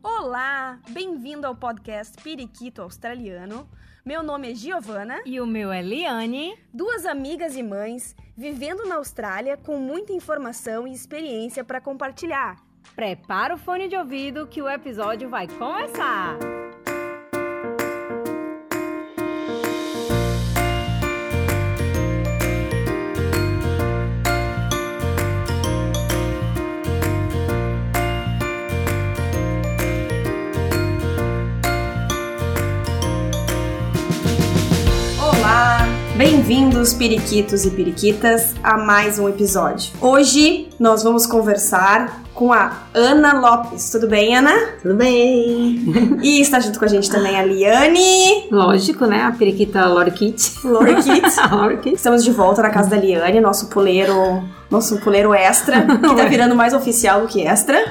Olá, bem-vindo ao podcast Periquito Australiano. Meu nome é Giovana. E o meu é Liane. Duas amigas e mães vivendo na Austrália com muita informação e experiência para compartilhar. Prepara o fone de ouvido que o episódio vai começar! Bem-vindos, periquitos e periquitas, a mais um episódio. Hoje nós vamos conversar com a Ana Lopes. Tudo bem, Ana? Tudo bem. E está junto com a gente também a Liane. Lógico, né? A periquita Lorikit. Lorikit. Estamos de volta na casa da Liane, nosso puleiro extra, que tá virando mais oficial do que extra.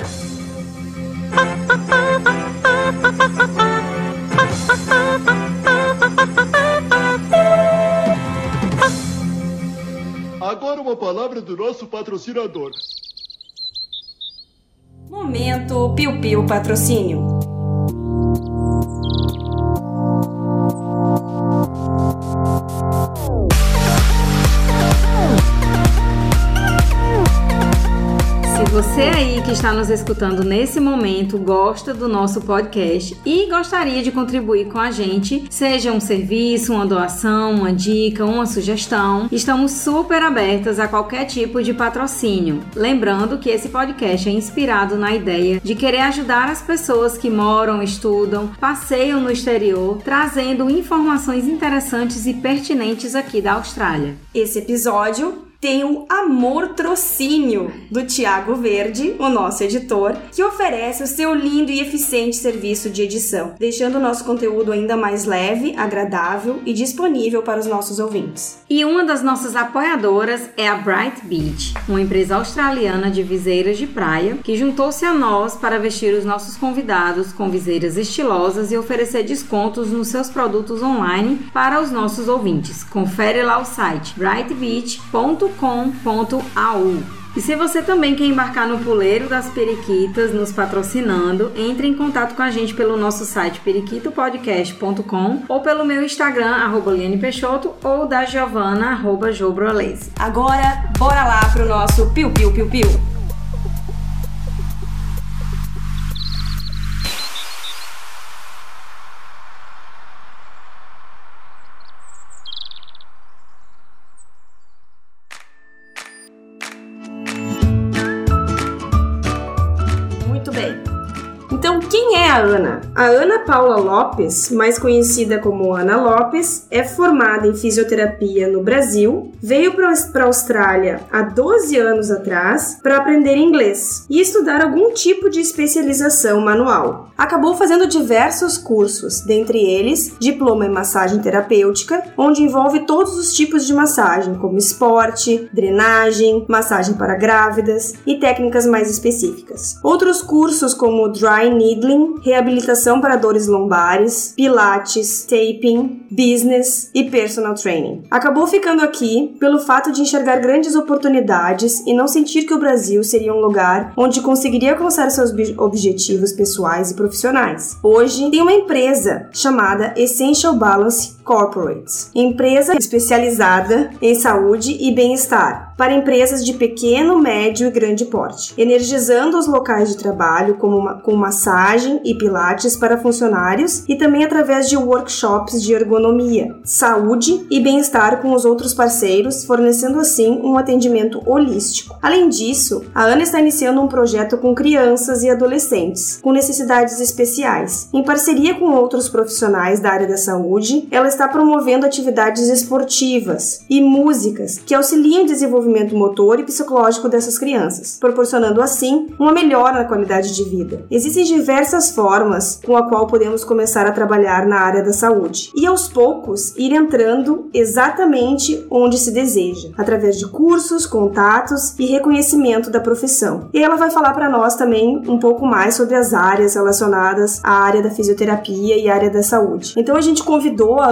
Agora uma palavra do nosso patrocinador. Momento Piu Piu Patrocínio. Se você aí que está nos escutando nesse momento gosta do nosso podcast e gostaria de contribuir com a gente, seja um serviço, uma doação, uma dica, uma sugestão, estamos super abertas a qualquer tipo de patrocínio. Lembrando que esse podcast é inspirado na ideia de querer ajudar as pessoas que moram, estudam, passeiam no exterior, trazendo informações interessantes e pertinentes aqui da Austrália. Esse episódio tem o Amortrocínio do Thiago Verde, o nosso editor, que oferece o seu lindo e eficiente serviço de edição, deixando o nosso conteúdo ainda mais leve, agradável e disponível para os nossos ouvintes. E uma das nossas apoiadoras é a Bright Beach, uma empresa australiana de viseiras de praia, que juntou-se a nós para vestir os nossos convidados com viseiras estilosas e oferecer descontos nos seus produtos online para os nossos ouvintes. Confere lá o site brightbeach.com.au. E se você também quer embarcar no puleiro das periquitas nos patrocinando, entre em contato com a gente pelo nosso site periquitopodcast.com ou pelo meu Instagram, @lianepeixoto, ou da Giovana, @jobrolese. Agora, bora lá pro nosso Piu Piu Piu Piu. Então, quem é a Ana? A Ana Paula Lopes, mais conhecida como Ana Lopes, é formada em fisioterapia no Brasil, veio para a Austrália há 12 anos atrás para aprender inglês e estudar algum tipo de especialização manual. Acabou fazendo diversos cursos, dentre eles diploma em massagem terapêutica, onde envolve todos os tipos de massagem, como esporte, drenagem, massagem para grávidas e técnicas mais específicas. Outros cursos como dry needling, reabilitação para dores lombares, pilates, taping, business e personal training. Acabou ficando aqui pelo fato de enxergar grandes oportunidades e não sentir que o Brasil seria um lugar onde conseguiria alcançar seus objetivos pessoais e profissionais. Hoje tem uma empresa chamada Essential Balance Corporates, empresa especializada em saúde e bem-estar para empresas de pequeno, médio e grande porte, energizando os locais de trabalho com massagem e pilates para funcionários e também através de workshops de ergonomia, saúde e bem-estar com os outros parceiros, fornecendo assim um atendimento holístico. Além disso, a Ana está iniciando um projeto com crianças e adolescentes com necessidades especiais. Em parceria com outros profissionais da área da saúde, ela está promovendo atividades esportivas e músicas que auxiliam o desenvolvimento motor e psicológico dessas crianças, proporcionando assim uma melhora na qualidade de vida. Existem diversas formas com a qual podemos começar a trabalhar na área da saúde e aos poucos ir entrando exatamente onde se deseja, através de cursos, contatos e reconhecimento da profissão. E ela vai falar para nós também um pouco mais sobre as áreas relacionadas à área da fisioterapia e à área da saúde. Então a gente convidou a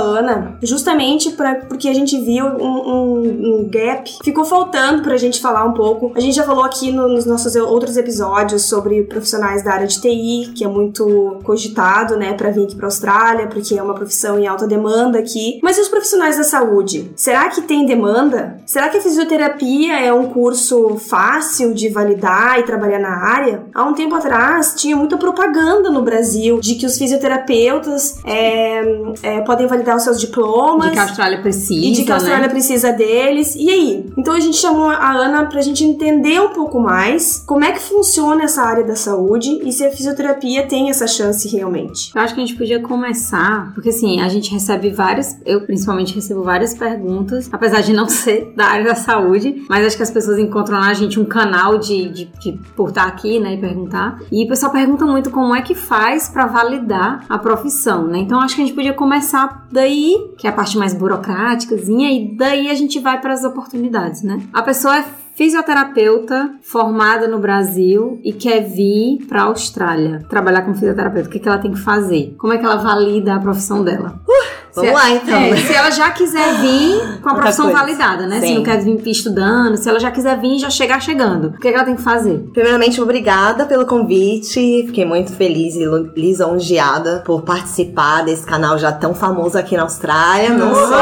Ana, justamente porque a gente viu um gap. Ficou faltando pra gente falar um pouco. A gente já falou aqui nos nossos outros episódios sobre profissionais da área de TI, que é muito cogitado, né, pra vir aqui pra Austrália, porque é uma profissão em alta demanda aqui. Mas e os profissionais da saúde? Será que tem demanda? Será que a fisioterapia é um curso fácil de validar e trabalhar na área? Há um tempo atrás, tinha muita propaganda no Brasil de que os fisioterapeutas podem validar os seus diplomas. De que a Austrália precisa, e de que a Austrália precisa deles. E aí? Então a gente chamou a Ana pra gente entender um pouco mais como é que funciona essa área da saúde e se a fisioterapia tem essa chance realmente. Eu acho que a gente podia começar, porque assim, a gente recebe eu principalmente recebo várias perguntas, apesar de não ser da área da saúde, mas acho que as pessoas encontram na gente um canal por estar aqui, né, e perguntar. E o pessoal pergunta muito como é que faz pra validar a profissão, né? Então acho que a gente podia começar daí, que é a parte mais burocráticazinha, e daí a gente vai para as oportunidades, né? A pessoa é fisioterapeuta formada no Brasil e quer vir para a Austrália trabalhar como fisioterapeuta. O que ela tem que fazer? Como é que ela valida a profissão dela? Vamos lá, então. Se ela já quiser vir com a profissão validada, né? Sim. Se não quer vir estudando, se ela já quiser vir já chegar chegando. O que ela tem que fazer? Primeiramente, obrigada pelo convite. Fiquei muito feliz e lisonjeada por participar desse canal já tão famoso aqui na Austrália.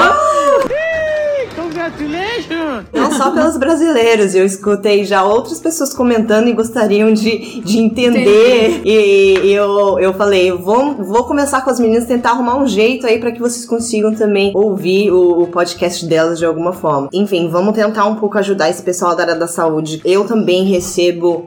Não só pelos brasileiros, eu escutei já outras pessoas comentando e gostariam de entender. E eu falei, vou começar com as meninas, tentar arrumar um jeito aí pra que vocês consigam também ouvir o podcast delas de alguma forma. Enfim, vamos tentar um pouco ajudar esse pessoal da área da saúde. Eu também recebo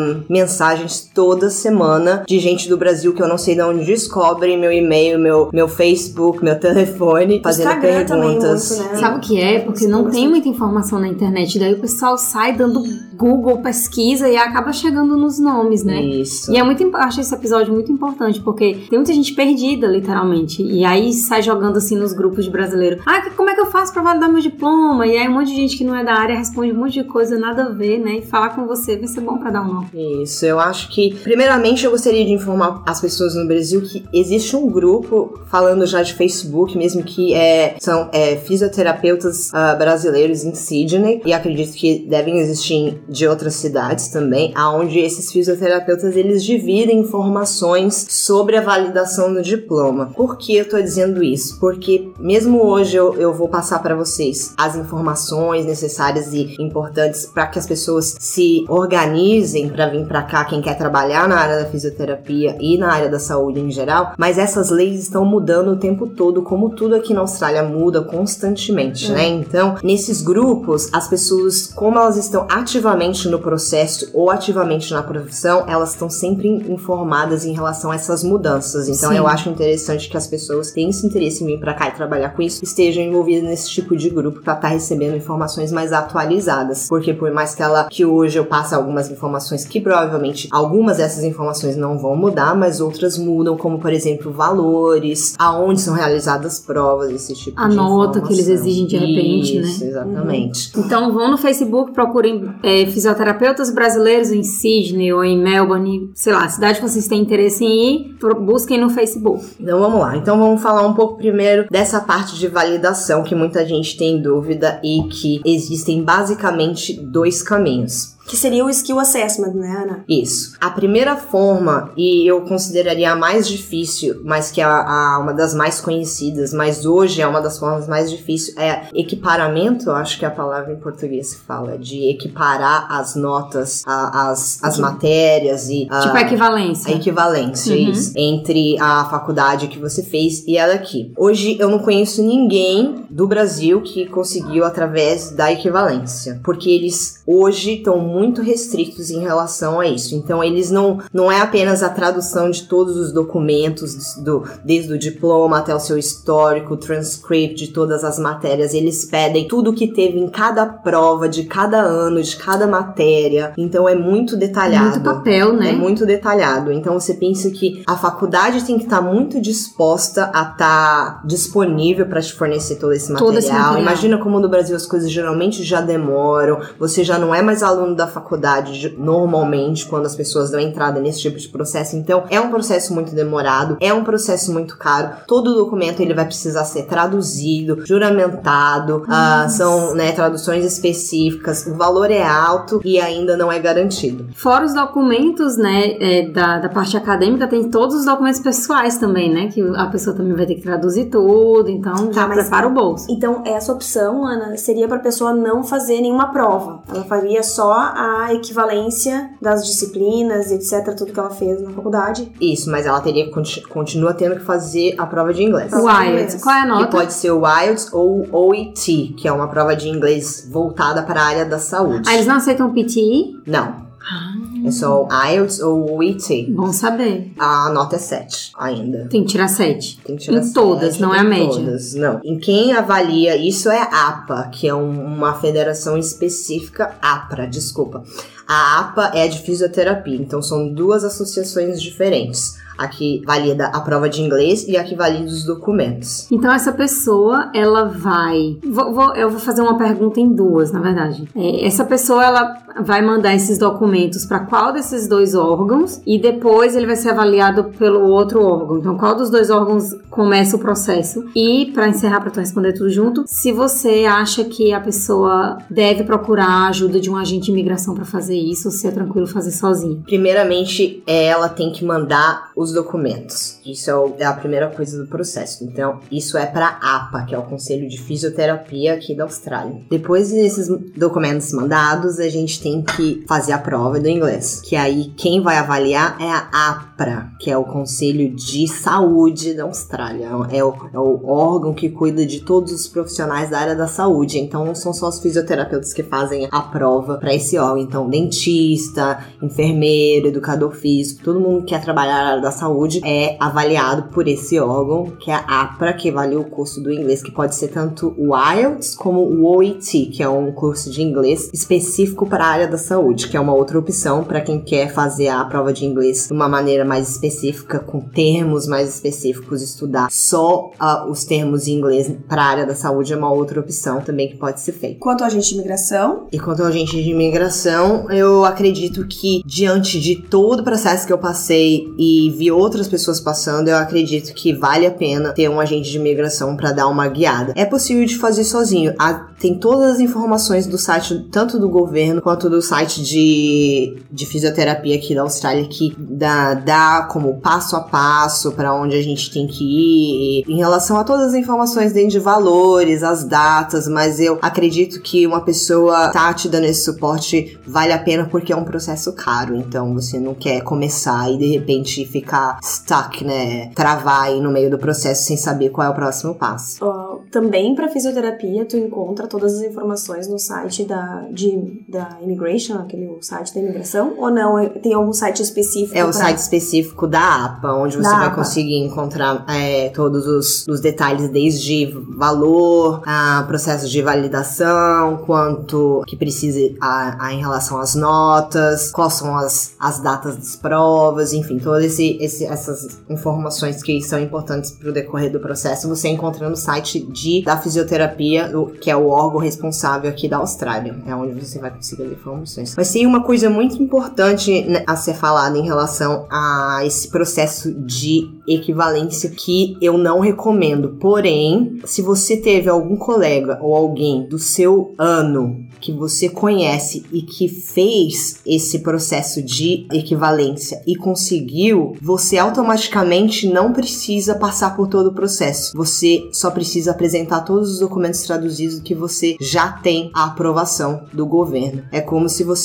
mensagens toda semana de gente do Brasil que eu não sei de onde descobrem meu e-mail, meu Facebook, meu telefone, fazendo Instagram perguntas. Também muito, né? Sabe o que é? Porque não tem muita informação na internet, daí o pessoal sai dando Google, pesquisa e acaba chegando nos nomes, né? Isso. E é muito, acho esse episódio muito importante, porque tem muita gente perdida, literalmente, e aí sai jogando assim nos grupos de brasileiro. Como é que eu faço pra validar meu diploma? E aí um monte de gente que não é da área responde um monte de coisa, nada a ver, né? E falar com você vai ser bom pra dar um nome. Isso, eu acho que, primeiramente, eu gostaria de informar as pessoas no Brasil que existe um grupo, falando já de Facebook mesmo, que são fisioterapeutas brasileiros em Sydney, e acredito que devem existir de outras cidades também, onde esses fisioterapeutas, eles dividem informações sobre a validação do diploma. Por que eu tô dizendo isso? Porque mesmo hoje eu vou passar para vocês as informações necessárias e importantes para que as pessoas se organizem para vir para cá, quem quer trabalhar na área da fisioterapia e na área da saúde em geral, mas essas leis estão mudando o tempo todo, como tudo aqui na Austrália muda constantemente, né? Então, nesses grupos, as pessoas, como elas estão ativamente no processo ou ativamente na profissão, elas estão sempre informadas em relação a essas mudanças. Então, eu acho interessante que as pessoas tenham esse interesse em vir pra cá e trabalhar com isso, estejam envolvidas nesse tipo de grupo pra estar recebendo informações mais atualizadas. Porque por mais que hoje eu passe algumas informações que provavelmente algumas dessas informações não vão mudar, mas outras mudam, como por exemplo, valores, aonde são realizadas provas, esse tipo de informação. A nota que eles exigem de repente, isso, né? Exatamente. Então vão no Facebook, procurem fisioterapeutas brasileiros em Sydney ou em Melbourne, sei lá, cidade que vocês têm interesse em ir, busquem no Facebook. Então vamos lá. Então vamos falar um pouco primeiro dessa parte de validação que muita gente tem dúvida e que existem basicamente 2 caminhos. Que seria o Skill Assessment, né, Ana? Isso. A primeira forma, e eu consideraria a mais difícil, mas que é uma das mais conhecidas, mas hoje é uma das formas mais difíceis, é equiparamento, eu acho que é a palavra em português que fala, de equiparar as notas, as matérias e... Tipo a equivalência. A equivalência, isso. Entre a faculdade que você fez e a daqui. Hoje eu não conheço ninguém do Brasil que conseguiu através da equivalência, porque eles hoje estão muito restritos em relação a isso. Então, eles não é apenas a tradução de todos os documentos, desde o diploma até o seu histórico, o transcript de todas as matérias. Eles pedem tudo que teve em cada prova, de cada ano, de cada matéria. Então, é muito detalhado. Muito papel, né? É muito detalhado. Então, você pensa que a faculdade tem que estar muito disposta a estar disponível para te fornecer todo esse material. Imagina como no Brasil as coisas geralmente já demoram, você já não é mais aluno da faculdade normalmente quando as pessoas dão entrada nesse tipo de processo. Então, é um processo muito demorado, é um processo muito caro. Todo documento ele vai precisar ser traduzido, juramentado, são, né, traduções específicas. O valor é alto e ainda não é garantido. Fora os documentos, né, da parte acadêmica, tem todos os documentos pessoais também, né, que a pessoa também vai ter que traduzir tudo, então já prepara o bolso. Então, essa opção, Ana, seria pra pessoa não fazer nenhuma prova. Ela faria só a equivalência das disciplinas, etc, tudo que ela fez na faculdade. Isso, mas ela continua tendo que fazer a prova de inglês. O IELTS, qual é a nota? Que pode ser o IELTS ou o OET, que é uma prova de inglês voltada para a área da saúde. Eles não aceitam PTE? Não. É só o IELTS ou o OET. Bom saber. A nota é 7 ainda. Tem que tirar 7. Tem que tirar em 7, todas, não é a média. Todas, não. Em quem avalia, isso é a APA, que é uma federação específica, APRA, desculpa. A APA é de fisioterapia, então são duas associações diferentes. A que valida a prova de inglês e a que valida os documentos. Então essa pessoa, ela vai... eu vou fazer uma pergunta em duas, na verdade. Essa pessoa, ela vai mandar esses documentos para qual desses dois órgãos e depois ele vai ser avaliado pelo outro órgão. Então qual dos dois órgãos começa o processo? E para encerrar, para tu responder tudo junto, se você acha que a pessoa deve procurar a ajuda de um agente de imigração para fazer isso, ou se é tranquilo fazer sozinho? Primeiramente, ela tem que mandar os documentos. Isso é a primeira coisa do processo. Então, isso é para a APA, que é o Conselho de Fisioterapia aqui da Austrália. Depois desses documentos mandados, a gente tem que fazer a prova do inglês, que aí quem vai avaliar é a APRA, que é o Conselho de Saúde da Austrália. É o órgão que cuida de todos os profissionais da área da saúde. Então, não são só os fisioterapeutas que fazem a prova para esse órgão. Então, dentista, enfermeiro, educador físico, todo mundo que quer trabalhar na área da saúde é avaliado por esse órgão, que é a APRA, que avalia o curso do inglês, que pode ser tanto o IELTS como o OET, que é um curso de inglês específico para a área da saúde, que é uma outra opção para quem quer fazer a prova de inglês de uma maneira mais específica, com termos mais específicos, estudar só os termos em inglês para a área da saúde é uma outra opção também que pode ser feita. Quanto ao agente de imigração? E quanto ao agente de imigração, eu acredito que diante de todo o processo que eu passei e vi outras pessoas passando, eu acredito que vale a pena ter um agente de imigração para dar uma guiada. É possível de fazer sozinho. Tem todas as informações do site, tanto do governo quanto do site de fisioterapia aqui da Austrália, que dá como passo a passo para onde a gente tem que ir, em relação a todas as informações dentro de valores, as datas, mas eu acredito que uma pessoa tá te dando esse suporte vale a pena porque é um processo caro, então você não quer começar e de repente ficar stuck, né, travar aí no meio do processo sem saber qual é o próximo passo. Também para fisioterapia tu encontra todas as informações no site da Immigration, aquele site da imigração, ou não? Tem algum site específico? É o site específico da APA, onde você vai conseguir encontrar todos os detalhes, desde valor, processo de validação, quanto que precisa em relação às notas, quais são as datas das provas, enfim, todas essas informações que são importantes para o decorrer do processo, você encontra no site da fisioterapia, que é o órgão responsável aqui da Austrália. É onde você vai conseguir as informações. Mas tem uma coisa muito importante, né, a ser falada em relação a esse processo de equivalência que eu não recomendo. Porém, se você teve algum colega ou alguém do seu ano que você conhece e que fez esse processo de equivalência e conseguiu, você automaticamente não precisa passar por todo o processo. Você só precisa apresentar todos os documentos traduzidos que você já tem a aprovação do governo. É como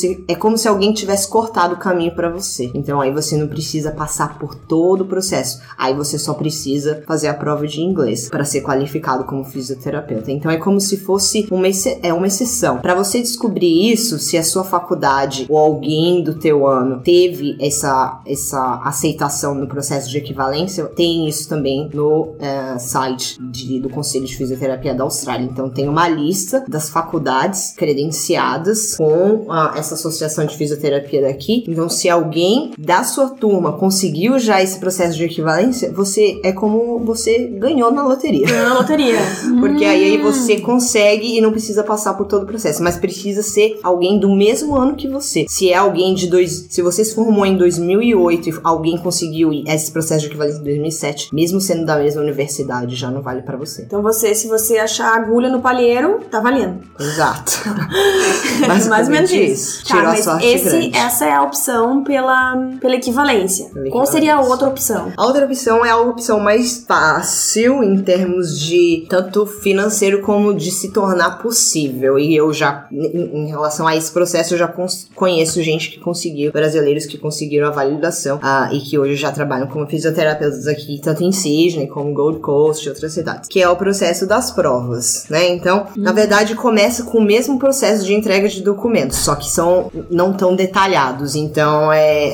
se alguém tivesse cortado o caminho para você. Então aí você não precisa passar por todo o processo. Aí você só precisa fazer a prova de inglês para ser qualificado como fisioterapeuta. Então é como se fosse uma exceção. Para você descobrir isso, se a sua faculdade ou alguém do teu ano teve essa aceitação no processo de equivalência, tem isso também no site do Conselho de Fisioterapia da Austrália. Então tem uma lista das faculdades credenciadas com essa associação de fisioterapia daqui. Então se alguém da sua turma conseguiu já esse processo de equivalência equivalência, é como você ganhou na loteria. Na loteria. Porque aí você consegue e não precisa passar por todo o processo, mas precisa ser alguém do mesmo ano que você. Se é alguém se você se formou em 2008 e alguém conseguiu esse processo de equivalência em 2007, mesmo sendo da mesma universidade, já não vale pra você. Então se você achar agulha no palheiro, tá valendo. Exato. Mais ou menos isso. Tirou a sorte grande. Essa é a opção pela equivalência. Qual seria a outra opção? A outra opção é a opção mais fácil em termos de tanto financeiro como de se tornar possível. E eu já, em relação a esse processo, eu já conheço gente que conseguiu, brasileiros que conseguiram a validação e que hoje já trabalham como fisioterapeutas aqui, tanto em Sydney como Gold Coast e outras cidades, que é o processo das provas, né? Então, na verdade, começa com o mesmo processo de entrega de documentos, só que são não tão detalhados. Então, é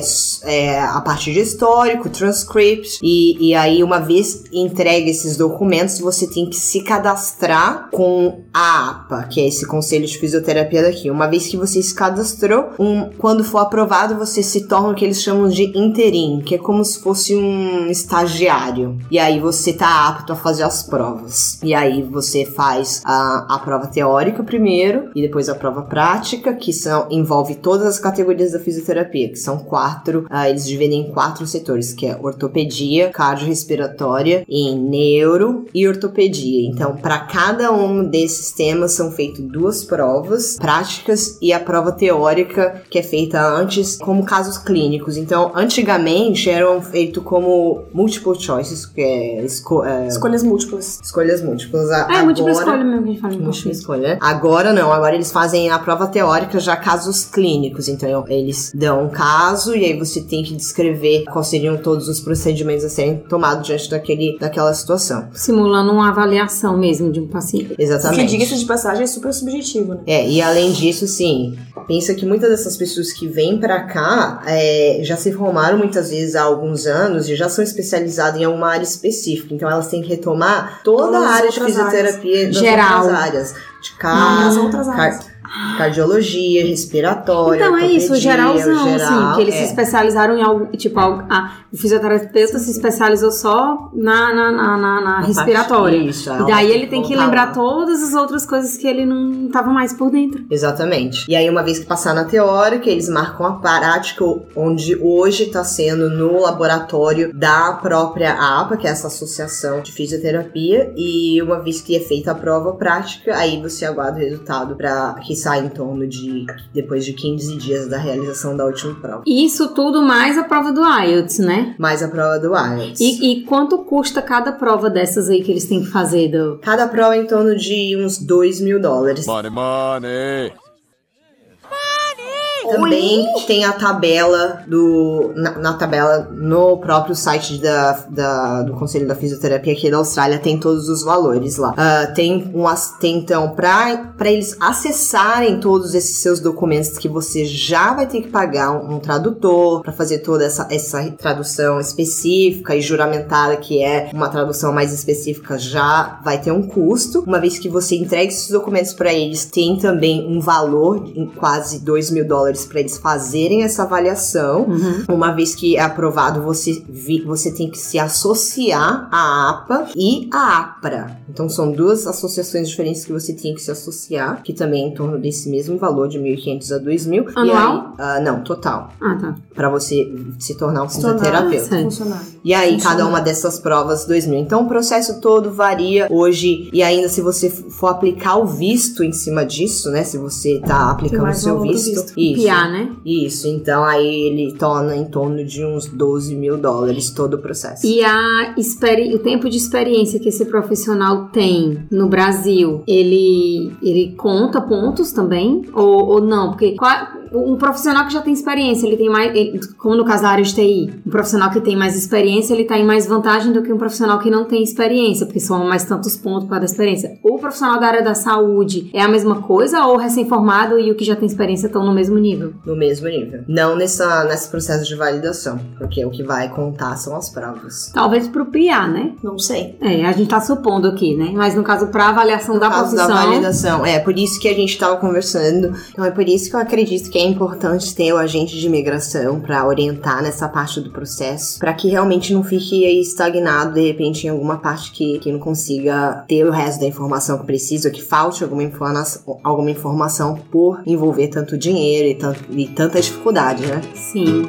a parte de histórico, transcript, e aí, uma vez entregue esses documentos, você tem que se cadastrar com a APA, que é esse Conselho de Fisioterapia daqui. Uma vez que você se cadastrou, quando for aprovado, você se torna o que eles chamam de interim, que é como se fosse um estagiário. E aí você tá apto a fazer as provas. E aí você faz a prova teórica primeiro, e depois a prova prática, que envolve todas as categorias da fisioterapia, que são 4, eles dividem em 4 setores, que é ortopedia, cardiorrespiratória, em neuro e ortopedia. Então, para cada um desses temas são feitas 2 provas práticas e a prova teórica, que é feita antes como casos clínicos. Então, antigamente eram feitos como multiple choices, que é escolhas múltiplas. Escolhas múltiplas. Múltipla escolha mesmo que a gente fala. Múltipla escolha, né? Agora não, agora eles fazem a prova teórica já casos clínicos. Então, eles dão um caso e aí você tem que descrever quais seriam todos os procedimentos a serem tomados diante daquela situação. Simulando uma avaliação mesmo de um paciente. Exatamente. Porque, diga-se de passagem, é super subjetivo, né? E além disso, sim, pensa que muitas dessas pessoas que vêm pra cá já se formaram muitas vezes há alguns anos e já são especializadas em alguma área específica. Então, elas têm que retomar toda a área de fisioterapia das outras áreas. Nas outras áreas. Cardiologia, respiratória, então é isso, geralzão, geral, assim, que eles se especializaram em algo, tipo, o fisioterapeuta se especializou só na respiratória. Isso, e daí ele tem que lembrar todas as outras coisas que ele não tava mais por dentro. Exatamente. E aí, uma vez que passar na teórica, eles marcam a prática, onde hoje tá sendo no laboratório da própria APA, que é essa associação de fisioterapia, e uma vez que é feita a prova prática, aí você aguarda o resultado que sai em torno de depois de 15 dias da realização da última prova. Isso tudo mais a prova do IELTS, né? Mais a prova do IELTS. E quanto custa cada prova dessas aí que eles têm que fazer? Cada prova é em torno de uns $2.000. Money. Também tem a tabela na tabela no próprio site do Conselho da Fisioterapia aqui da Austrália, tem todos os valores lá. Tem então, pra eles acessarem todos esses seus documentos, que você já vai ter que pagar um tradutor pra fazer toda essa tradução específica e juramentada, que é uma tradução mais específica, já vai ter um custo. Uma vez que você entrega esses documentos pra eles, tem também um valor em quase $2.000 para eles fazerem essa avaliação. Uma vez que é aprovado, você tem que se associar à APA e à APRA. Então são 2 associações diferentes que você tem que se associar, que também é em torno desse mesmo valor de $1.500 a $2.000. Anual? E aí, não, total. Tá. Para você se tornar um fisioterapeuta. Funcionário. E aí, cada uma dessas provas, $2.000. Então, o processo todo varia hoje. E ainda, se você for aplicar o visto em cima disso, né? Se você tá aplicando o seu visto. Isso. PA, né? Isso. Então, aí ele torna em torno de uns $12.000 todo o processo. E o tempo de experiência que esse profissional tem no Brasil, ele conta pontos também? Ou não? Porque um profissional que já tem experiência, ele tem mais, como no caso da área de TI, um profissional que tem mais experiência, ele tá em mais vantagem do que um profissional que não tem experiência, porque são mais tantos pontos para a experiência. O profissional da área da saúde é a mesma coisa, ou o recém-formado e o que já tem experiência estão no mesmo nível? No mesmo nível. Não nesse processo de validação, porque o que vai contar são as provas. Talvez pro PA, né? Não sei. A gente tá supondo aqui, né? Mas no caso, pra avaliação da profissão... da validação. Por isso que a gente tava conversando. Então, é por isso que eu acredito que é importante ter o agente de imigração para orientar nessa parte do processo, para que realmente não fique aí estagnado, de repente, em alguma parte que não consiga ter o resto da informação que precisa, que falte alguma informação por envolver tanto dinheiro e tanta dificuldade, né? Sim.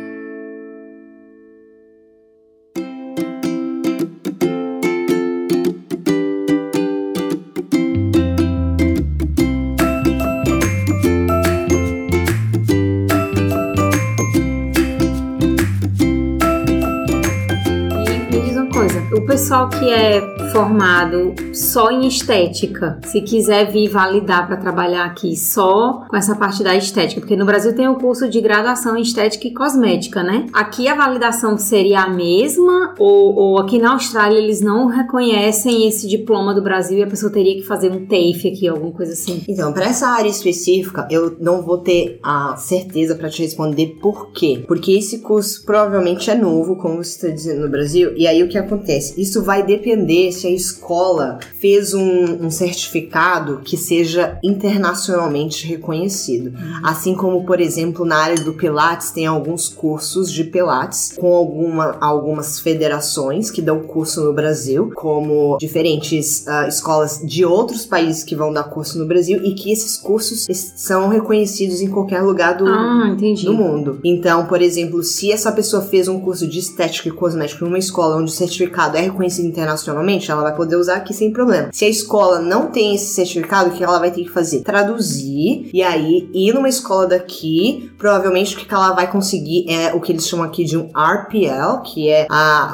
O pessoal que é formado só em estética, se quiser vir validar para trabalhar aqui só com essa parte da estética, porque no Brasil tem o curso de graduação em estética e cosmética, né? Aqui a validação seria a mesma ou aqui na Austrália eles não reconhecem esse diploma do Brasil e a pessoa teria que fazer um TAFE aqui, alguma coisa assim? Então, para essa área específica, eu não vou ter a certeza para te responder por quê. Porque esse curso provavelmente é novo, como você está dizendo, no Brasil, e aí o que acontece? Isso vai depender se a escola fez um certificado que seja internacionalmente reconhecido. Assim como, por exemplo, na área do Pilates, tem alguns cursos de Pilates com algumas federações que dão curso no Brasil, como diferentes escolas de outros países que vão dar curso no Brasil e que esses cursos são reconhecidos em qualquer lugar do mundo. Então, por exemplo, se essa pessoa fez um curso de estética e cosmética numa escola onde o certificado é reconhecido internacionalmente, ela vai poder usar aqui sem problema. Se a escola não tem esse certificado, o que ela vai ter que fazer? Traduzir e aí ir numa escola daqui, provavelmente o que ela vai conseguir é o que eles chamam aqui de um RPL, que é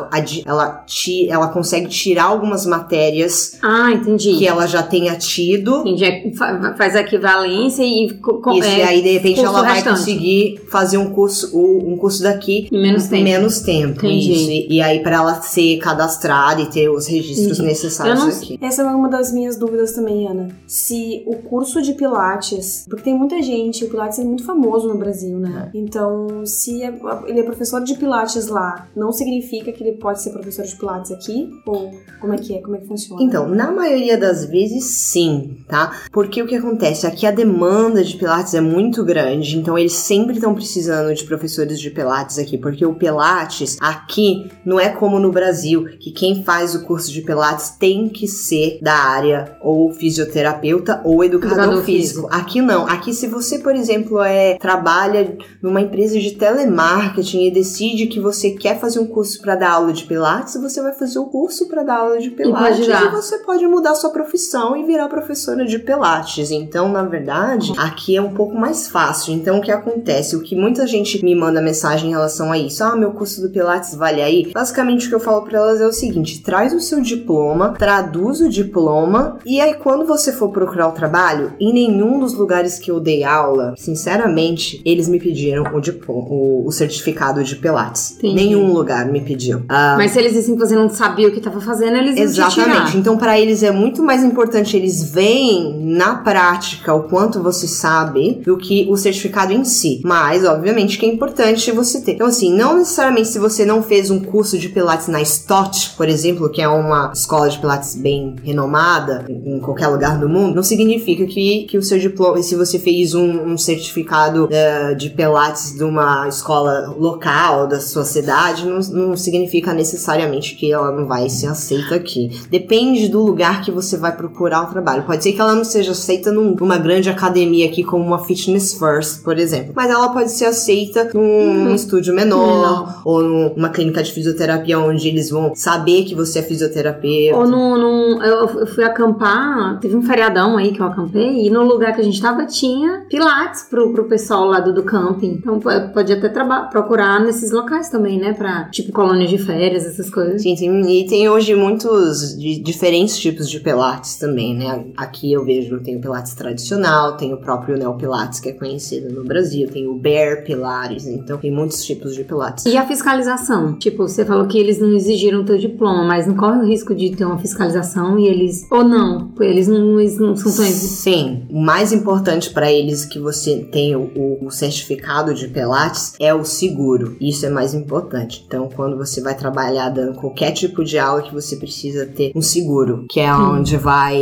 ela consegue tirar algumas matérias que ela já tenha tido. Entendi. Faz a equivalência e isso, e aí de repente ela vai conseguir fazer um curso daqui em menos tempo. Isso. E aí para ela ser cadastrada e ter os registros necessários aqui. Essa é uma das minhas dúvidas também, Ana. Se o curso de Pilates, porque tem muita gente, o Pilates é muito famoso no Brasil, né? Então, se ele é professor de Pilates lá, não significa que ele pode ser professor de Pilates aqui? Ou como é que funciona? Então, na maioria das vezes, sim, tá? Porque o que acontece? Aqui a demanda de Pilates é muito grande, então eles sempre estão precisando de professores de Pilates aqui, porque o Pilates aqui não é como no Brasil, que quem faz o curso de Pilates tem que ser da área ou fisioterapeuta ou educador físico. Aqui não. Aqui, se você, por exemplo, trabalha numa empresa de telemarketing e decide que você quer fazer um curso para dar aula de Pilates, você vai fazer o curso para dar aula de Pilates e você pode mudar sua profissão e virar professora de Pilates. Então, na verdade, aqui é um pouco mais fácil. Então, o que acontece? O que muita gente me manda mensagem em relação a isso, meu curso do Pilates vale aí? Basicamente, o que eu falo para elas é o seguinte: traz o seu diploma, traduz o diploma e aí quando você for procurar o trabalho, em nenhum dos lugares que eu dei aula, sinceramente, eles me pediram o diploma, o certificado de Pilates. Entendi. Nenhum lugar me pediu. Mas se eles dissem que você não sabia o que estava fazendo, eles iam te tirar. Exatamente. Então, para eles é muito mais importante eles veem na prática o quanto você sabe do que o certificado em si. Mas, obviamente, que é importante você ter. Então, assim, não necessariamente se você não fez um curso de Pilates na Stott, por exemplo, que é uma escola de Pilates bem renomada em qualquer lugar do mundo, não significa que o seu diploma, se você fez um certificado de Pilates de uma escola local da sua cidade, não significa necessariamente que ela não vai ser aceita aqui. Depende do lugar que você vai procurar o trabalho. Pode ser que ela não seja aceita numa grande academia aqui como uma Fitness First, por exemplo, mas ela pode ser aceita num estúdio menor ou numa clínica de fisioterapia onde eles vão saber que você é fisioterapeuta. Ou eu fui acampar, teve um feriadão aí que eu acampei e no lugar que a gente tava tinha Pilates pro pessoal lá do camping. Então pode até procurar nesses locais também, né? Pra tipo colônias de férias, essas coisas. Sim, e tem hoje muitos diferentes tipos de Pilates também, né? Aqui eu vejo, tem o Pilates tradicional, tem o próprio Neo Pilates que é conhecido no Brasil, tem o Bear Pilates, então tem muitos tipos de Pilates. E a fiscalização? Tipo, você falou que eles não exigiram teu diploma, mas não corre o risco de ter uma fiscalização e eles... Ou não? Eles não são tão... Sim. O mais importante para eles que você tenha o certificado de Pilates é o seguro. Isso é mais importante. Então, quando você vai trabalhar dando qualquer tipo de aula, que você precisa ter um seguro, que é onde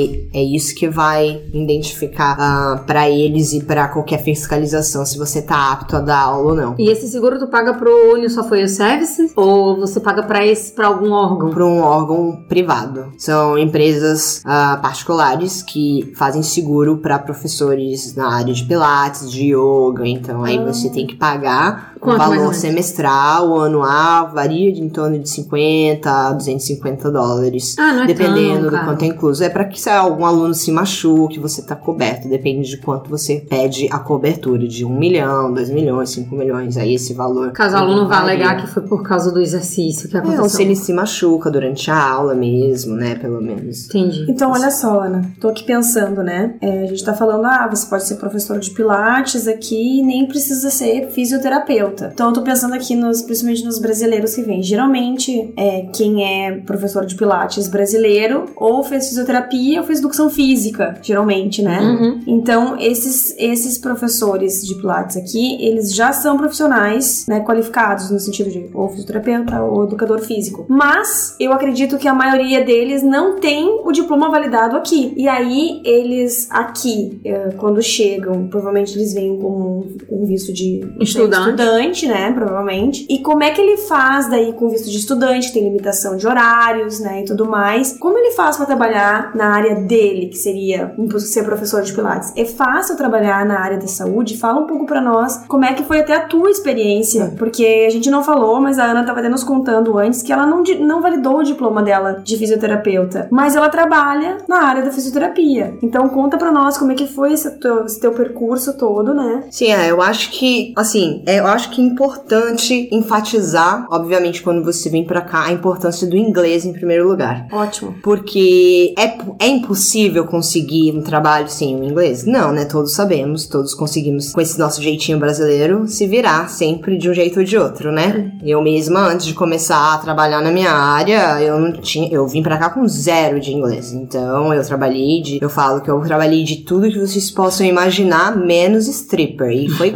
é isso que vai identificar para eles e para qualquer fiscalização se você tá apto a dar aula ou não. E esse seguro tu paga pro New Software Services ou você paga para algum órgão? Para um órgão privado. São empresas particulares que fazem seguro para professores na área de Pilates, de yoga. Então aí você tem que pagar um valor semestral, ou anual, varia de em torno de $50 a $250. Não é dependendo tão, do quanto é incluso. É para que se algum aluno se machuque, você tá coberto. Depende de quanto você pede a cobertura, de 1 milhão, 2 milhões, 5 milhões, aí esse valor. Caso o aluno vá alegar que foi por causa do exercício que aconteceu. Ou se ele se machuca durante a aula mesmo, né, pelo menos. Entendi. Então, olha só, Ana, tô aqui pensando, né, a gente tá falando, você pode ser professor de Pilates aqui e nem precisa ser fisioterapeuta. Então, eu tô pensando aqui, principalmente nos brasileiros que vêm. Geralmente, quem é professor de Pilates brasileiro ou fez fisioterapia ou fez educação física, geralmente, né? Uhum. Então, esses professores de Pilates aqui, eles já são profissionais, né, qualificados no sentido de ou fisioterapeuta ou educador físico. Mas, eu acredito que a maioria deles não tem o diploma validado aqui. E aí, eles aqui, quando chegam, provavelmente eles vêm com um visto de estudante, né, provavelmente. E como é que ele faz daí com visto de estudante, que tem limitação de horários, né, e tudo mais? Como ele faz pra trabalhar na área dele, que seria ser professor de Pilates? É fácil trabalhar na área da saúde? Fala um pouco pra nós como é que foi até a tua experiência, porque a gente não falou, mas a Ana tava até nos contando antes que ela não validou o diploma dela de fisioterapeuta, mas ela trabalha na área da fisioterapia. Então conta pra nós como é que foi esse teu percurso todo, né? Sim, eu acho que, assim, é importante enfatizar, obviamente, quando você vem pra cá, a importância do inglês em primeiro lugar. Ótimo. Porque é impossível conseguir um trabalho sem o inglês? Não, né? Todos sabemos, todos conseguimos, com esse nosso jeitinho brasileiro, se virar sempre de um jeito ou de outro, né? Eu mesma, antes de começar a trabalhar na minha área, eu vim pra cá com 0 de inglês. Então, eu falo que eu trabalhei de tudo que vocês possam imaginar, menos stripper. E foi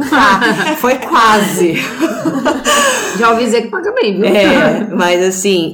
quase. Já ouvi dizer que paga bem, viu? Mas assim,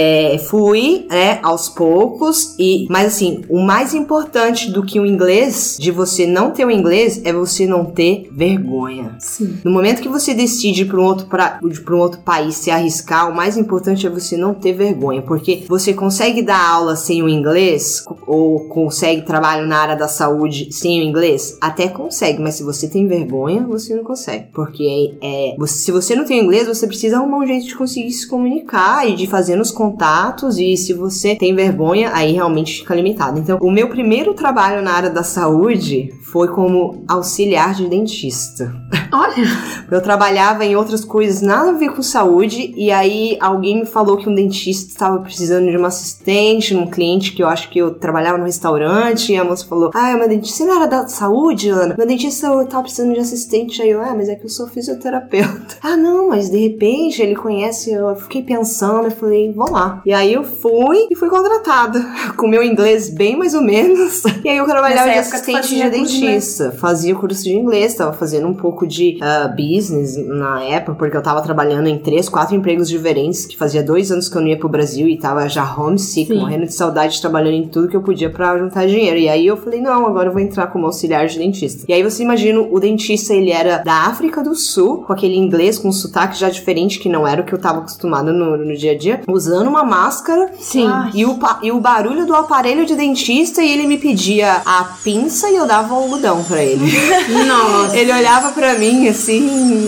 fui, aos poucos. Mas assim, o mais importante do que o inglês, de você não ter o inglês, é você não ter vergonha. Sim. No momento que você decide ir para um outro país se arriscar, o mais importante é você não ter vergonha. Porque você consegue dar aula sem o inglês, ou consegue trabalho na área da saúde sem o inglês? Até consegue, mas se você tem vergonha, você não consegue. Porque se você não tem o inglês, você precisa arrumar um jeito de conseguir se comunicar e de fazer nos contatos, e se você tem vergonha, aí realmente fica limitado. Então, o meu primeiro trabalho na área da saúde foi como auxiliar de dentista. Olha! Eu trabalhava em outras coisas nada a ver com saúde, e aí alguém me falou que um dentista estava precisando de uma assistente, num cliente que eu acho que eu trabalhava no restaurante, e a moça falou, meu dentista, você não era da saúde, Ana? Meu dentista, eu tava precisando de assistente. Aí eu, mas é que eu sou fisioterapeuta. Não, mas de repente ele conhece, eu fiquei pensando, eu falei, vou lá. E aí eu fui contratada, com meu inglês bem mais ou menos, e aí eu trabalhava de assistente de dentista, fazia curso de inglês, tava fazendo um pouco de business na época, porque eu tava trabalhando em 3, 4 empregos diferentes, que fazia 2 anos que eu não ia pro Brasil e tava já homesick, morrendo de saudade, trabalhando em tudo que eu podia pra juntar dinheiro. E aí eu falei, não, agora eu vou entrar como auxiliar de dentista. E aí você imagina, o dentista, ele era da África do Sul, com aquele inglês, com um sotaque já diferente, que não era o que eu tava acostumada no dia a dia, usando uma máscara. Sim. E o barulho do aparelho de dentista, e ele me pedia a pinça e eu dava o algodão pra ele. Nossa. Ele olhava pra mim assim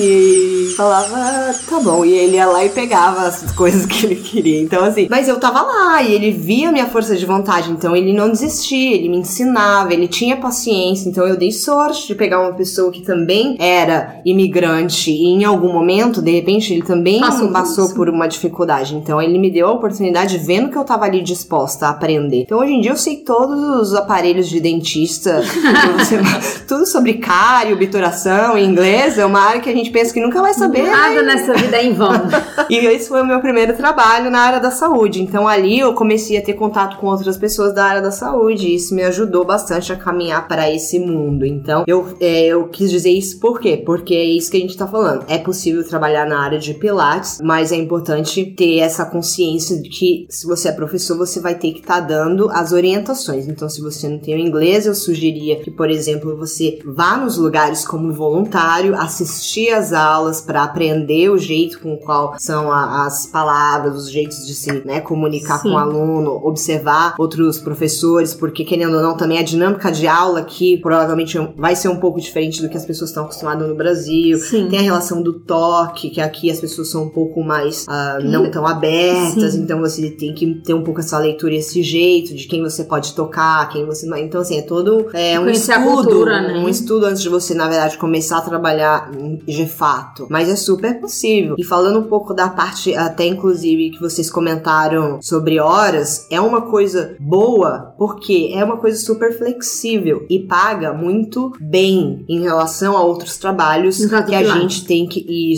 e falava, tá bom. E ele ia lá e pegava as coisas que ele queria. Então assim, mas eu tava lá e ele via minha força de vontade, então ele não desistia, ele me ensinava, ele tinha paciência. Então eu dei sorte de pegar uma pessoa que também era imigrante e em algum momento, de repente, ele também passou por uma dificuldade. Então, ele me deu a oportunidade vendo que eu tava ali disposta a aprender. Então, hoje em dia, eu sei todos os aparelhos de dentista, tudo sobre cárie, obturação, inglês. É uma área que a gente pensa que nunca vai saber. Nada nessa vida é em vão. E esse foi o meu primeiro trabalho na área da saúde. Então, ali eu comecei a ter contato com outras pessoas da área da saúde. E isso me ajudou bastante a caminhar para esse mundo. Então, eu quis dizer isso por quê? Porque é isso que a gente tá falando. É possível trabalhar na área de Pilates, mas é importante ter essa consciência de que se você é professor, você vai ter que estar dando as orientações. Então, se você não tem o inglês, eu sugeria que, por exemplo, você vá nos lugares como voluntário, assistir às aulas para aprender o jeito com o qual são as palavras, os jeitos de se, né, comunicar com o aluno, observar outros professores, porque, querendo ou não, também a dinâmica de aula aqui provavelmente vai ser um pouco diferente do que as pessoas estão acostumadas no Brasil. Sim. Tem a relação do toque, que aqui as pessoas são um pouco mais não tão abertas. Sim. Então você tem que ter um pouco essa leitura e esse jeito de quem você pode tocar, quem você não. Então, assim, é todo um estudo, cultura, né? Um estudo antes de você, na verdade, começar a trabalhar de fato. Mas é super possível. E falando um pouco da parte, até inclusive, que vocês comentaram sobre horas, é uma coisa boa, porque é uma coisa super flexível e paga muito bem em relação a outros trabalhos que a gente tem que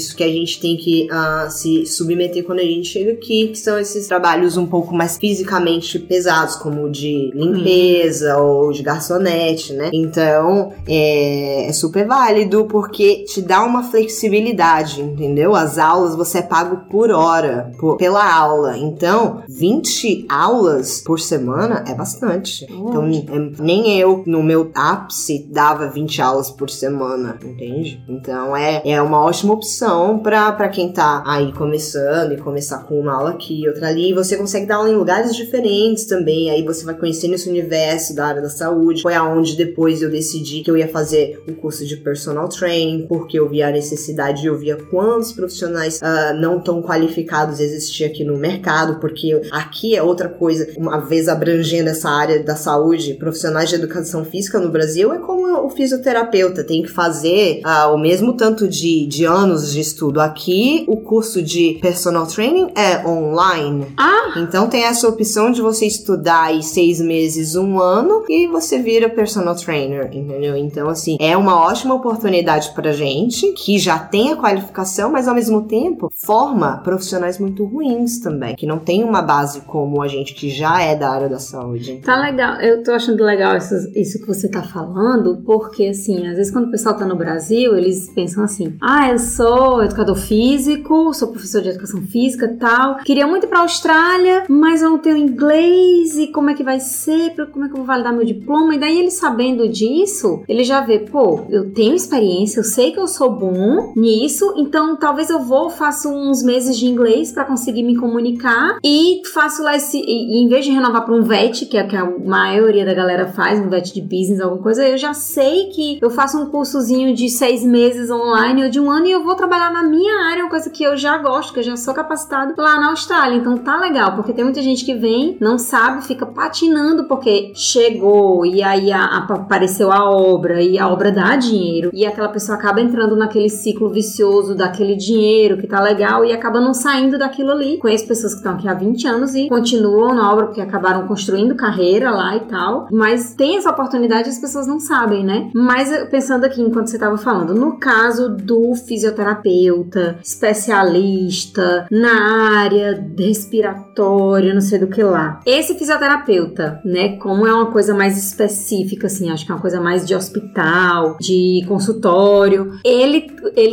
se submeter quando a gente chega aqui, que são esses trabalhos um pouco mais fisicamente pesados, como o de limpeza ou de garçonete, né? Então, é super válido porque te dá uma flexibilidade, entendeu? As aulas você é pago por hora, pela aula. Então, 20 aulas por semana é bastante. Então, nem eu, no meu ápice, dava 20 aulas por semana, entende? Então, é uma ótima opção pra quem tá aí começando e começar com uma aula aqui e outra ali. Você consegue dar aula em lugares diferentes também, aí você vai conhecendo esse universo da área da saúde. Foi aonde depois eu decidi que eu ia fazer o curso de personal training, porque eu via a necessidade, eu via quantos profissionais não tão qualificados existiam aqui no mercado, porque aqui é outra coisa, uma vez abrangendo essa área da saúde, profissionais de educação física no Brasil é como o fisioterapeuta, tem que fazer o mesmo tanto de anos de estudo. Aqui, o curso de personal training é online. Então tem essa opção de você estudar aí 6 meses, 1 ano, e você vira personal trainer, entendeu? Então, assim, é uma ótima oportunidade pra gente, que já tem a qualificação, mas ao mesmo tempo forma profissionais muito ruins também, que não tem uma base como a gente que já é da área da saúde. Então. Tá legal, eu tô achando legal isso que você tá falando, porque assim, às vezes quando o pessoal tá no Brasil, eles pensam assim, eu sou educador físico, sou professor de educação física e tal, queria muito ir pra Austrália, mas eu não tenho inglês, e como é que vai ser, como é que eu vou validar meu diploma? E daí ele, sabendo disso, ele já vê, eu tenho experiência, eu sei que eu sou bom nisso, então talvez eu faço uns meses de inglês pra conseguir me comunicar, e faço lá e em vez de renovar pra um VET, que é o que a maioria da galera faz, um VET de business, alguma coisa, eu já sei que eu faço um cursozinho de 6 meses online ou de 1 ano e eu vou trabalhar na minha área, uma coisa que eu já gosto, que eu já sou capacitado lá na Austrália. Então tá legal, porque tem muita gente que vem, não sabe, fica patinando porque chegou e aí apareceu a obra e a obra dá dinheiro e aquela pessoa acaba entrando naquele ciclo vicioso daquele dinheiro que tá legal e acaba não saindo daquilo ali. Conheço pessoas que estão aqui há 20 anos e continuam na obra porque acabaram construindo carreira lá e tal, mas tem essa oportunidade e as pessoas não sabem, né? Mas pensando aqui enquanto você tava falando, no caso do fisioterapeuta, especialista na área respiratória, não sei do que lá, esse fisioterapeuta, né, como é uma coisa mais específica, assim, acho que é uma coisa mais de hospital, de consultório, ele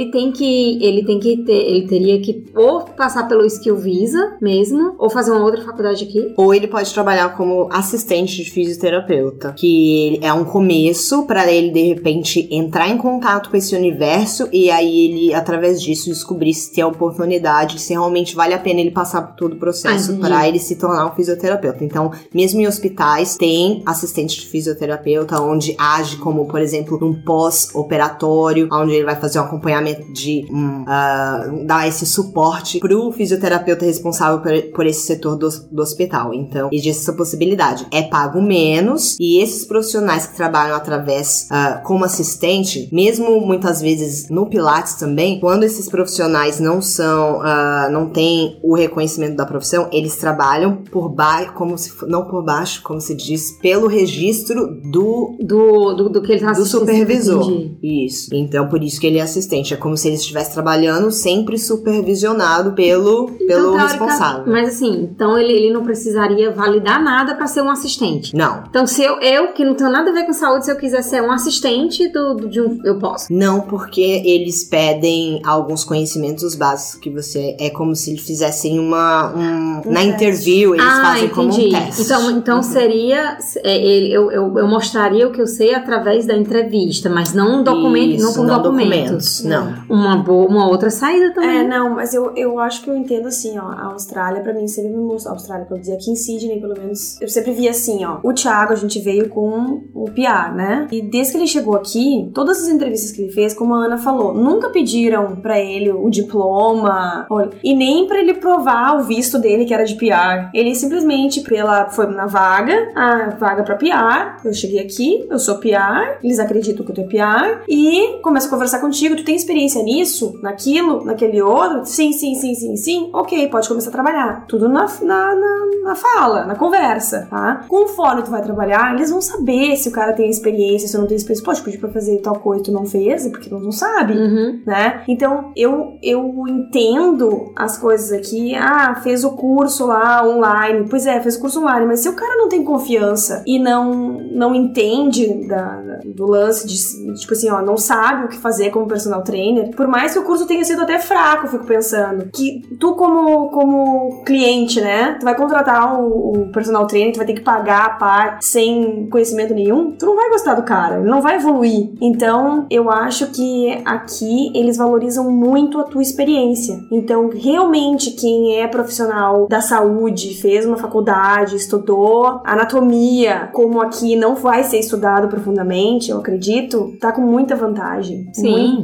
teria que ou passar pelo Skill Visa mesmo, ou fazer uma outra faculdade aqui. Ou ele pode trabalhar como assistente de fisioterapeuta, que é um começo para ele, de repente, entrar em contato com esse universo e aí ele, através disso, descobrir se tem a oportunidade, se realmente vale a pena ele passar por todo o processo para ele se tornar um fisioterapeuta. Então, mesmo em hospitais, tem assistente de fisioterapeuta, onde age como, por exemplo, um pós-operatório, onde ele vai fazer um acompanhamento de dar esse suporte pro fisioterapeuta responsável por esse setor do hospital. Então, existe essa possibilidade. É pago menos e esses profissionais que trabalham através como assistente, mesmo muitas vezes no Pilates também, quando esses profissionais profissionais não são, não tem o reconhecimento da profissão, eles trabalham por baixo, não por baixo, como se diz, pelo registro do que ele tá do supervisor. Entendi. Isso. Então, por isso que ele é assistente. É como se ele estivesse trabalhando sempre supervisionado pelo responsável. Mas assim, então ele não precisaria validar nada pra ser um assistente. Não. Então, se eu que não tenho nada a ver com saúde, se eu quiser ser um assistente de um, eu posso? Não, porque eles pedem alguns conhecimentos básicos que você... É como se eles fizessem na interview, eles fazem como um teste. Então seria... Eu mostraria o que eu sei através da entrevista, mas não um documento, Isso, não com documentos. Não. Uma outra saída também. Não, mas eu acho que eu entendo assim, ó, a Austrália pra mim sempre me mostrou, a Austrália, pra eu dizer, aqui em Sydney, pelo menos, eu sempre vi assim, ó, o Thiago, a gente veio com o PR, né? E desde que ele chegou aqui, todas as entrevistas que ele fez, como a Ana falou, nunca pediram pra ele o diploma, e nem pra ele provar o visto dele, que era de PR. Ele simplesmente, foi na vaga, a vaga pra PR, eu cheguei aqui, eu sou PR, eles acreditam que eu tô PR, e começam a conversar contigo, tu tem experiência nisso, naquilo, naquele outro? Sim, ok, pode começar a trabalhar. Tudo na fala, na conversa, tá? Conforme tu vai trabalhar, eles vão saber se o cara tem experiência, se não tem experiência. Pode pedir pra fazer tal coisa e tu não fez, porque tu não sabe, né? Então, eu entendo as coisas aqui. Fez o curso lá online. Pois é, fez o curso online, mas se o cara não tem confiança e não entende do lance de, tipo assim, ó, não sabe o que fazer como personal trainer, por mais que o curso tenha sido até fraco, eu fico pensando, que tu como cliente, né, tu vai contratar o personal trainer, tu vai ter que pagar a par sem conhecimento nenhum, tu não vai gostar do cara, ele não vai evoluir. Então, eu acho que aqui eles valorizam muito a tua experiência. Então, realmente, quem é profissional da saúde, fez uma faculdade, estudou anatomia, como aqui não vai ser estudado profundamente, eu acredito, tá com muita vantagem. Sim.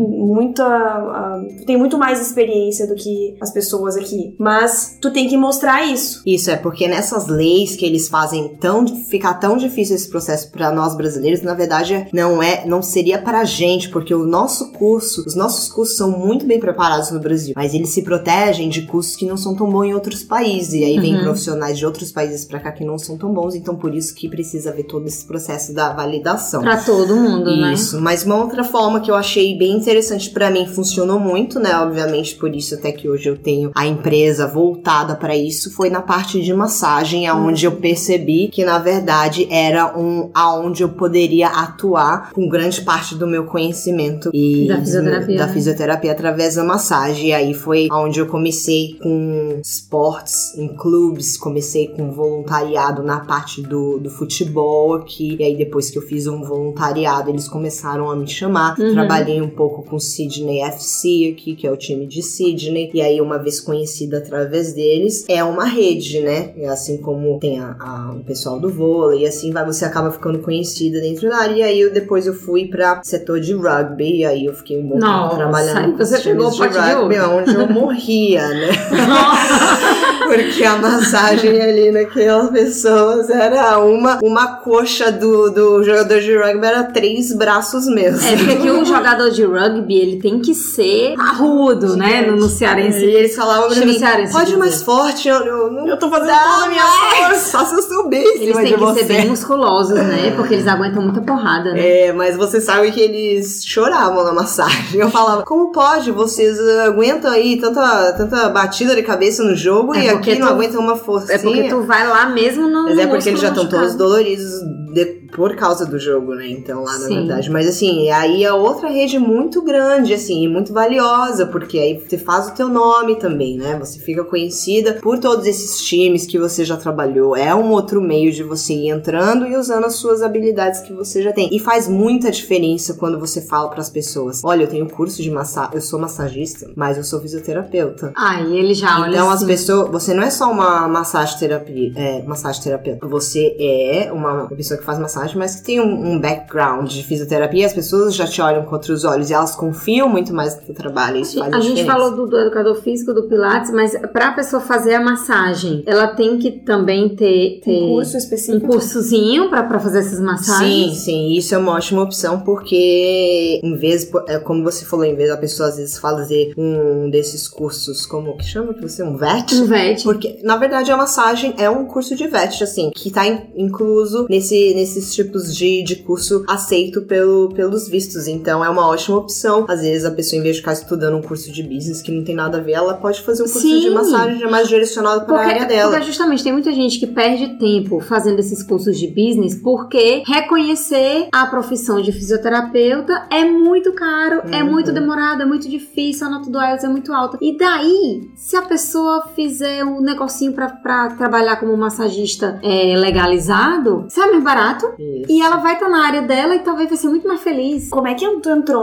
Tem muito mais experiência do que as pessoas aqui. Mas tu tem que mostrar isso. Isso, é porque nessas leis que eles fazem ficar tão difícil esse processo pra nós brasileiros, na verdade, não seria pra gente, porque os nossos cursos são muito bem preparados no Brasil, mas eles se protegem de cursos que não são tão bons em outros países, e aí vem profissionais de outros países pra cá que não são tão bons, então por isso que precisa ver todo esse processo da validação. Pra todo mundo, né? Isso, mas uma outra forma que eu achei bem interessante pra mim, funcionou muito, né, obviamente, por isso até que hoje eu tenho a empresa voltada pra isso, foi na parte de massagem, aonde eu percebi que, na verdade, era aonde eu poderia atuar com grande parte do meu conhecimento e da fisioterapia através da massagem. E aí foi aonde eu comecei com esportes em clubes, comecei com voluntariado na parte do futebol aqui, e aí depois que eu fiz um voluntariado, eles começaram a me chamar. Trabalhei um pouco com Sydney FC aqui, que é o time de Sydney, e aí uma vez conhecida através deles, é uma rede, né? É assim como tem o pessoal do vôlei, e assim você acaba ficando conhecida dentro da área. E aí depois eu fui pra setor de rugby, e aí eu fiquei um bom tempo trabalhando com os times de rugby, onde eu morria, né? Porque a massagem ali naquelas pessoas era uma coxa do jogador de rugby, era 3 braços meus. Porque aqui o jogador de rugby, ele tem que ser arrudo, né? No cearense. E eles falavam pra mim, pode ir mais forte, eu tô fazendo toda a minha força, só se eu souber. Eles têm que ser bem musculosos, né? Porque eles aguentam muita porrada, né? Mas você sabe que eles choravam na massagem. Eu falava, como pode? Vocês aguentam aí tanta batida de cabeça no jogo e aqui não aguentam uma forcinha? É porque tu vai lá mesmo no Mas é porque eles já estão todos doloridos por causa do jogo, né? Então, lá na verdade. Mas assim, aí é outra rede muito grande, assim, e muito valiosa, porque aí você faz o teu nome também, né? Você fica conhecida por todos esses times que você já trabalhou. É um outro meio de você ir entrando e usando as suas habilidades que você já tem. E faz muita diferença quando você fala pras pessoas, olha, eu tenho curso de massagem, eu sou massagista, mas eu sou fisioterapeuta. E ele já olha então, assim. as pessoas, você não é só uma massagem terapeuta, você é uma pessoa que faz massagem, mas que tem um background de fisioterapia, as pessoas já te olham com outros olhos e elas confiam muito mais no teu trabalho. Isso faz a gente falou do educador físico, do Pilates, mas pra pessoa fazer a massagem, ela tem que também ter um curso específico. Um cursozinho pra fazer essas massagens? Sim, isso é uma ótima opção, porque em vez, como você falou, em vez da pessoa às vezes fazer um desses cursos, como que chama que você? Um VET? Um VET. Porque, na verdade, a massagem é um curso de VET, assim, que tá incluso nesses tipos de curso aceito pelos vistos. Então, é uma ótima opção. Às vezes, a pessoa, em vez de ficar estudando um curso de business que não tem nada a ver, ela pode fazer um curso de massagem já mais direcionado para a área dela. Porque, justamente, tem muita gente que perde tempo fazendo esses cursos de business porque reconhecer a profissão de fisioterapeuta é muito caro, é muito demorado, é muito difícil, a nota do IELTS é muito alta. E daí, se a pessoa fizer um negocinho pra trabalhar como massagista legalizado, sai mais barato. Isso. E ela vai estar na área dela e talvez vai ser muito mais feliz. Como é que tu entrou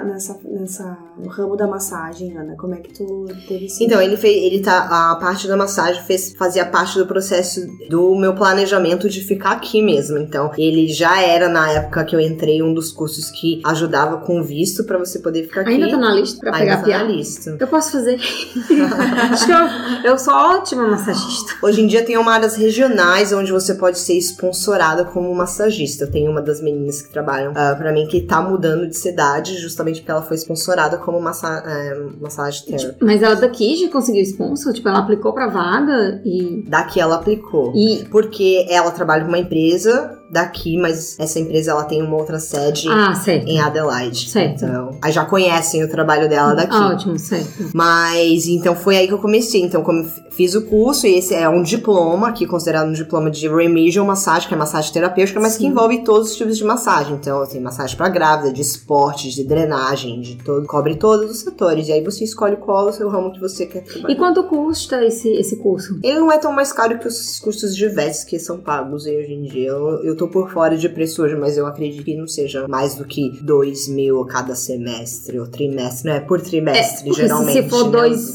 no ramo da massagem, Ana? Como é que tu teve isso? Então, a parte da massagem fazia parte do processo do meu planejamento de ficar aqui mesmo. Então, ele já era, na época que eu entrei, um dos cursos que ajudava com visto pra você poder ficar aqui. Ainda tá na lista pra pegar Ainda tá na lista. Eu posso fazer. Acho que eu sou ótima massagista. Hoje em dia tem uma áreas regionais onde você pode ser sponsorada como massagista. Eu tenho uma das meninas que trabalham pra mim que tá mudando de cidade justamente porque ela foi sponsorada como massage therapy. Mas ela daqui já conseguiu sponsor? Tipo, ela aplicou pra vaga e... Daqui ela aplicou. Porque ela trabalha com uma empresa daqui, mas essa empresa ela tem uma outra sede em Adelaide. Certo. Então, aí já conhecem o trabalho dela daqui. Ótimo, certo. Mas, então foi aí que eu comecei. Então, como eu fiz o curso, e esse é um diploma, aqui considerado um diploma de Remedial Massage, que é massagem terapêutica, mas que envolve todos os tipos de massagem. Então, tem massagem pra grávida, de esportes, de drenagem, cobre todos os setores. E aí você escolhe qual é o seu ramo que você quer trabalhar. E quanto custa esse curso? Ele não é tão mais caro que os cursos de VETs que são pagos aí hoje em dia. Eu tô por fora de preço hoje, mas eu acredito que não seja mais do que 2.000 cada semestre ou trimestre, né? Por trimestre, geralmente. Se for certo.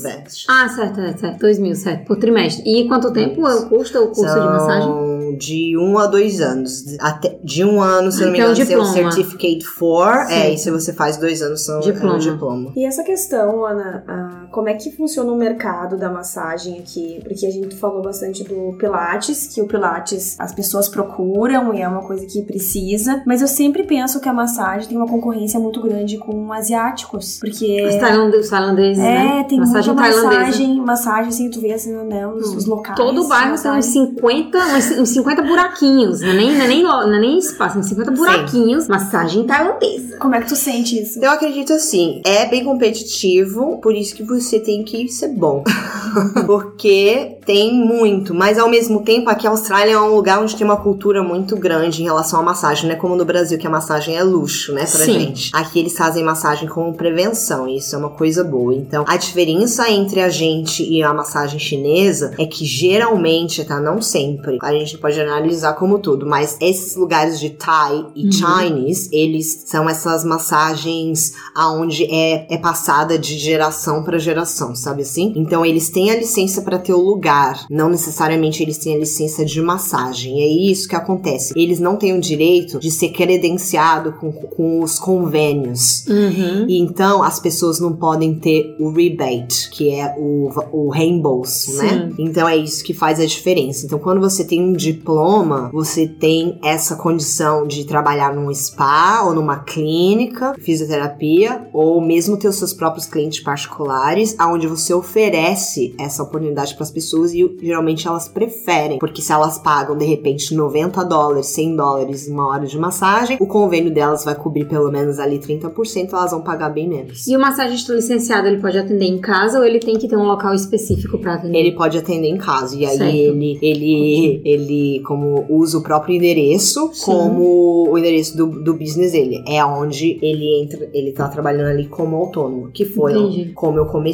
2.000, certo. Por trimestre. E quanto tempo custa o curso de massagem? De 1 a 2 anos. De 1 ano, se eu não me engano, é o Certificate 4. E se você faz 2 anos, são um diploma. E essa questão, Ana, como é que funciona o mercado da massagem aqui? Porque a gente falou bastante do Pilates, que o Pilates as pessoas procuram e é uma coisa que precisa, mas eu sempre penso que a massagem tem uma concorrência muito grande com asiáticos, porque... Os tailandeses, né? Tem massagem muita tailandesa. massagem, assim, tu vê assim, né, os locais. Todo o bairro tem uns 50 buraquinhos, não é nem espaço, uns 50 buraquinhos, massagem tailandesa. Como é que tu sente isso? Eu acredito assim, é bem competitivo, por isso que você tem que ser bom. Porque tem muito, mas ao mesmo tempo aqui a Austrália é um lugar onde tem uma cultura muito grande em relação à massagem, não é como no Brasil que a massagem é luxo, né, pra gente. Aqui eles fazem massagem como prevenção, e isso é uma coisa boa. Então, a diferença entre a gente e a massagem chinesa é que geralmente, tá, não sempre, a gente pode analisar como tudo, mas esses lugares de Thai e Chinese, eles são essas massagens aonde é passada de geração pra geração, sabe assim? Então, eles têm a licença pra ter o lugar, não necessariamente eles têm a licença de massagem, e é isso que acontece. Eles não têm o direito de ser credenciado com os convênios. E então, as pessoas não podem ter o rebate, que é o reembolso, né? Então, é isso que faz a diferença. Então, quando você tem um diploma, você tem essa condição de trabalhar num spa ou numa clínica, fisioterapia, ou mesmo ter os seus próprios clientes particulares, onde você oferece essa oportunidade para as pessoas e geralmente elas preferem, porque se elas pagam de repente $90, $100 uma hora de massagem, o convênio delas vai cobrir pelo menos ali 30%, elas vão pagar bem menos. E o massagista licenciado, ele pode atender em casa ou ele tem que ter um local específico para atender? Ele pode atender em casa, e aí ele como usa o próprio endereço, como o endereço do business dele, é onde ele entra, ele tá trabalhando ali como autônomo, que foi como eu comecei.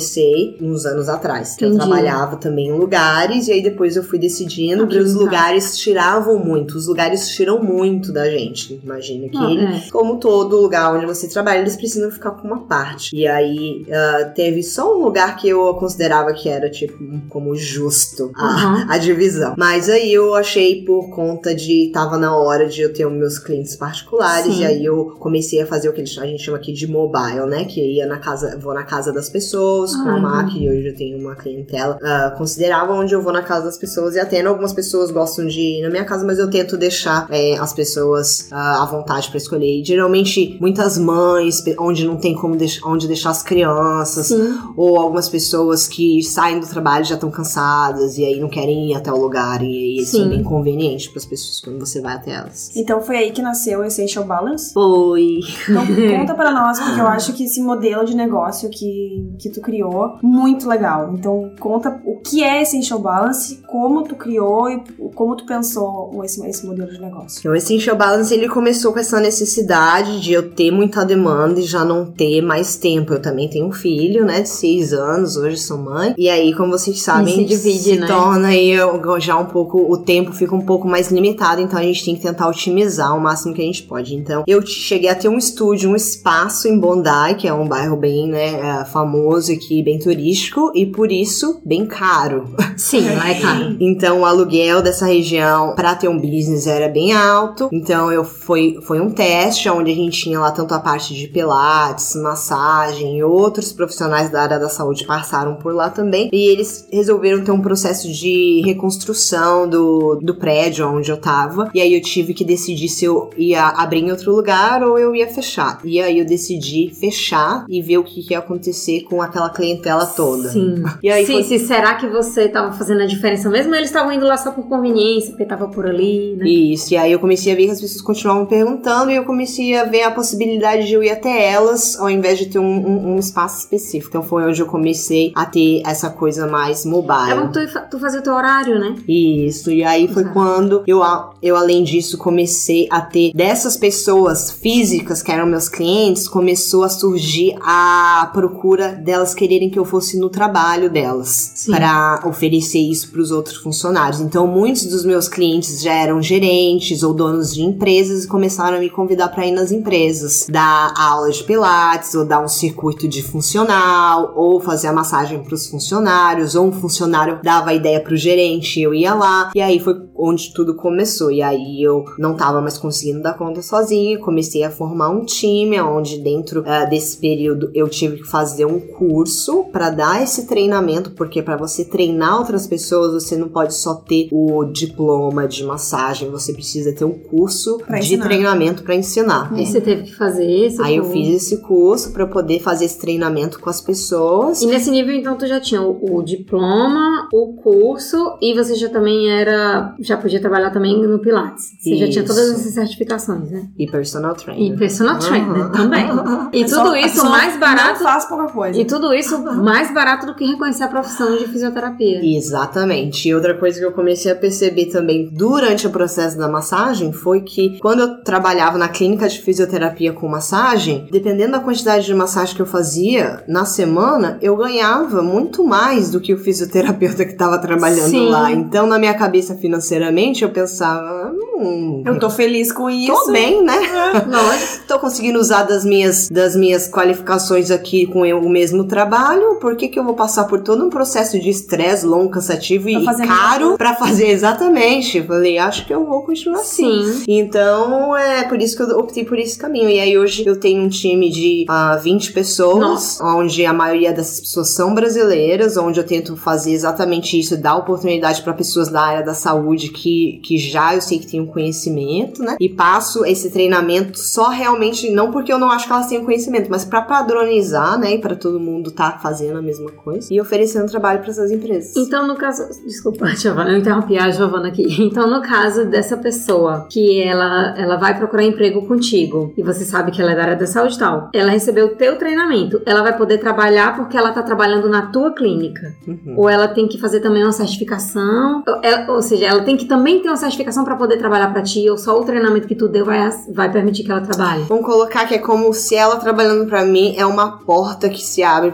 comecei uns anos atrás. Que eu Entendi. trabalhava também em lugares, e aí depois eu fui decidindo que os lugares tiravam muito. Os lugares tiram muito da gente. Imagina que como todo lugar onde você trabalha, eles precisam ficar com uma parte. E aí teve só um lugar que eu considerava que era tipo como justo a divisão. Mas aí eu achei por conta de tava na hora de eu ter os meus clientes particulares. Sim. E aí eu comecei a fazer o que a gente chama aqui de mobile, né? Que ia vou na casa das pessoas com a Mac, e hoje eu tenho uma clientela considerável onde eu vou na casa das pessoas, e até algumas pessoas gostam de ir na minha casa, mas eu tento deixar as pessoas à vontade pra escolher. E, geralmente muitas mães onde não tem onde deixar as crianças. Sim. Ou algumas pessoas que saem do trabalho e já estão cansadas e aí não querem ir até o lugar, e isso é bem conveniente para as pessoas quando você vai até elas. Então foi aí que nasceu o Essential Balance? Foi. Então conta pra nós, porque eu acho que esse modelo de negócio que tu criou, muito legal. Então conta o que é Essential Balance, como tu criou e como tu pensou esse modelo de negócio. Então, o Essential Balance, ele começou com essa necessidade de eu ter muita demanda e já não ter mais tempo. Eu também tenho um filho, né, de 6 anos, hoje sou mãe. E aí, como vocês sabem, se torna aí já um pouco, o tempo fica um pouco mais limitado, então a gente tem que tentar otimizar o máximo que a gente pode. Então, eu cheguei a ter um estúdio, um espaço em Bondi, que é um bairro bem, né, famoso aqui, bem turístico, e por isso, bem caro. Sim, não é caro. Então, o aluguel dessa região, pra ter um business, era bem alto. Então, foi um teste, onde a gente tinha lá tanto a parte de pilates, massagem, e outros profissionais da área da saúde passaram por lá também. E eles resolveram ter um processo de reconstrução do prédio onde eu tava. E aí, eu tive que decidir se eu ia abrir em outro lugar ou eu ia fechar. E aí, eu decidi fechar e ver o que ia acontecer com aquela clientela toda. Sim. E aí será que você tava fazendo a diferença mesmo? Ou eles estavam indo lá só por conveniência, porque tava por ali, né? Isso, e aí eu comecei a ver que as pessoas continuavam perguntando, e eu comecei a ver a possibilidade de eu ir até elas, ao invés de ter um espaço específico. Então foi onde eu comecei a ter essa coisa mais mobile. É bom tu fazer o teu horário, né? Isso, e aí foi quando eu, além disso, comecei a ter dessas pessoas físicas que eram meus clientes, começou a surgir a procura delas quererem que eu fosse no trabalho delas, para oferecer isso para os outros funcionários. Então, muitos dos meus clientes já eram gerentes ou donos de empresas e começaram a me convidar para ir nas empresas, dar aula de pilates, ou dar um circuito de funcional, ou fazer a massagem para os funcionários, ou um funcionário dava a ideia para o gerente e eu ia lá. E aí foi onde tudo começou. E aí eu não tava mais conseguindo dar conta sozinha, comecei a formar um time, onde dentro desse período eu tive que fazer um curso para dar esse treinamento, porque para você treinar outras pessoas, você não pode só ter o diploma de massagem, você precisa ter um curso de treinamento para ensinar. E você teve que fazer esse Aí eu fiz esse curso para poder fazer esse treinamento com as pessoas. E nesse nível, então, tu já tinha o diploma, o curso, e você já também já podia trabalhar também no Pilates. Você já tinha todas essas certificações, né? E personal trainer. E personal trainer também. E tudo isso mais barato. Não faz pouca coisa. E tudo isso mais barato do que reconhecer a profissão de fisioterapia. Exatamente. E outra coisa que eu comecei a perceber também durante o processo da massagem foi que quando eu trabalhava na clínica de fisioterapia com massagem, dependendo da quantidade de massagem que eu fazia na semana, eu ganhava muito mais do que o fisioterapeuta que estava trabalhando lá. Então, na minha cabeça, financeiramente, eu pensava, eu tô feliz com isso. Tô bem, né? Lógico. Tô conseguindo usar das minhas qualificações aqui com o mesmo trabalho. Por que eu vou passar por todo um processo de estresse longo, cansativo e caro pra fazer exatamente? Falei, acho que eu vou continuar assim. Então, é por isso que eu optei por esse caminho. E aí, hoje, eu tenho um time de 20 pessoas, onde a maioria dessas pessoas são brasileiras, onde eu tento fazer exatamente isso, dar oportunidade para pessoas da área da saúde que já eu sei que tem um conhecimento, né? E passo esse treinamento só realmente, não porque eu não acho que elas tenham conhecimento, mas pra padronizar, né? E pra todo mundo tá fazendo a mesma coisa e oferecendo trabalho pra essas empresas. Então, no caso... Desculpa, Giovana, eu interrompi a Giovana aqui. Então, no caso dessa pessoa que ela vai procurar emprego contigo e você sabe que ela é da área da saúde e tal, ela recebeu o teu treinamento, ela vai poder trabalhar porque ela tá trabalhando na tua clínica. Ou ela tem que fazer também uma certificação, ou seja, ela tem que também ter uma certificação pra poder trabalhar pra ti, ou só o treinamento que tu deu vai permitir que ela trabalhe? Vamos colocar que é como se ela trabalhando pra mim é uma porta que se abre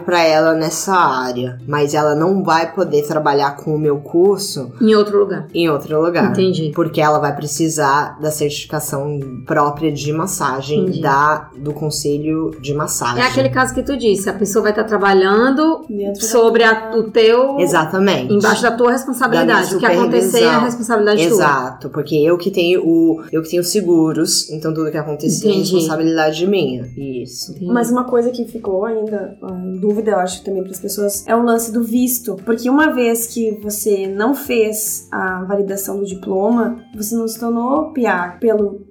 pra ela nessa área, mas ela não vai poder trabalhar com o meu curso Em outro lugar. em outro lugar. Entendi. Porque ela vai precisar da certificação própria de massagem Entendi. do Conselho de Massagem. É aquele caso que tu disse, a pessoa vai estar trabalhando Dentro sobre o teu... Exatamente. Embaixo da tua responsabilidade. Da O que minha acontecer é a supervisão. responsabilidade tua. Exato, porque eu que tenho seguros, então tudo que acontecer é Entendi. responsabilidade minha. Isso. Mas uma coisa que ficou ainda em dúvida, eu acho, também para as pessoas, é o lance do visto. Porque uma vez que você não fez a validação do diploma, você não se tornou PR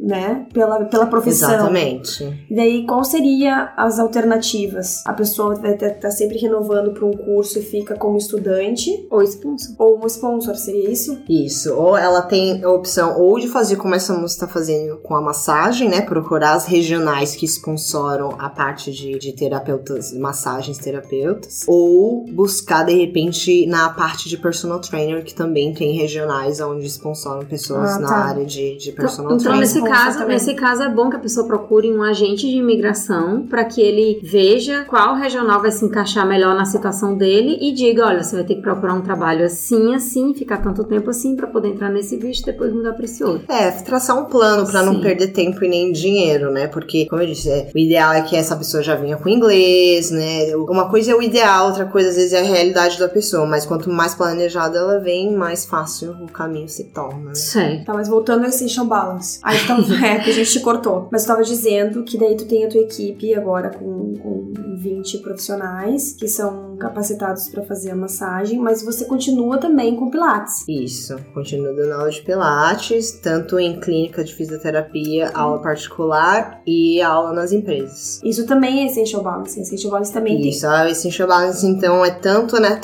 pela profissão. Exatamente. E daí, qual seria as alternativas? A pessoa vai estar sempre renovando para um curso e fica como estudante, Ou sponsor. ou um sponsor, seria isso? Isso. Ou ela tem a opção ou de fazer como essa moça está fazendo com a massagem, né? Procurar as regionais que sponsoram a parte de terapeutas, massagens terapeutas. Ou buscar, de repente, na parte de personal trainer, que também tem regionais onde sponsoram pessoas na área de personal Então, trainer. nesse caso, é bom que a pessoa procure um agente de imigração para que ele veja qual regional vai se encaixar melhor na situação dele e diga, olha, você vai ter que procurar um trabalho assim, ficar tanto tempo assim para poder entrar nesse visto e depois mudar para esse outro. Traçar um plano pra não Sim. perder tempo e nem dinheiro, né? Porque, como eu disse, o ideal é que essa pessoa já venha com inglês, né? Uma coisa é o ideal, outra coisa às vezes é a realidade da pessoa, mas quanto mais planejada ela vem, mais fácil o caminho se torna, né? Certo. Tá, mas voltando ao Essential Balance. Aí então, que a gente te cortou. Mas eu tava dizendo que daí tu tem a tua equipe agora com 20 profissionais que são capacitados pra fazer a massagem, mas você continua também com Pilates. Isso, continuo dando aula de Pilates, tanto em clínica de fisioterapia, aula particular e aula nas empresas. Isso também é Essential Balance. Essential Balance também tem. Isso, a Essential Balance, então, é tanto, né?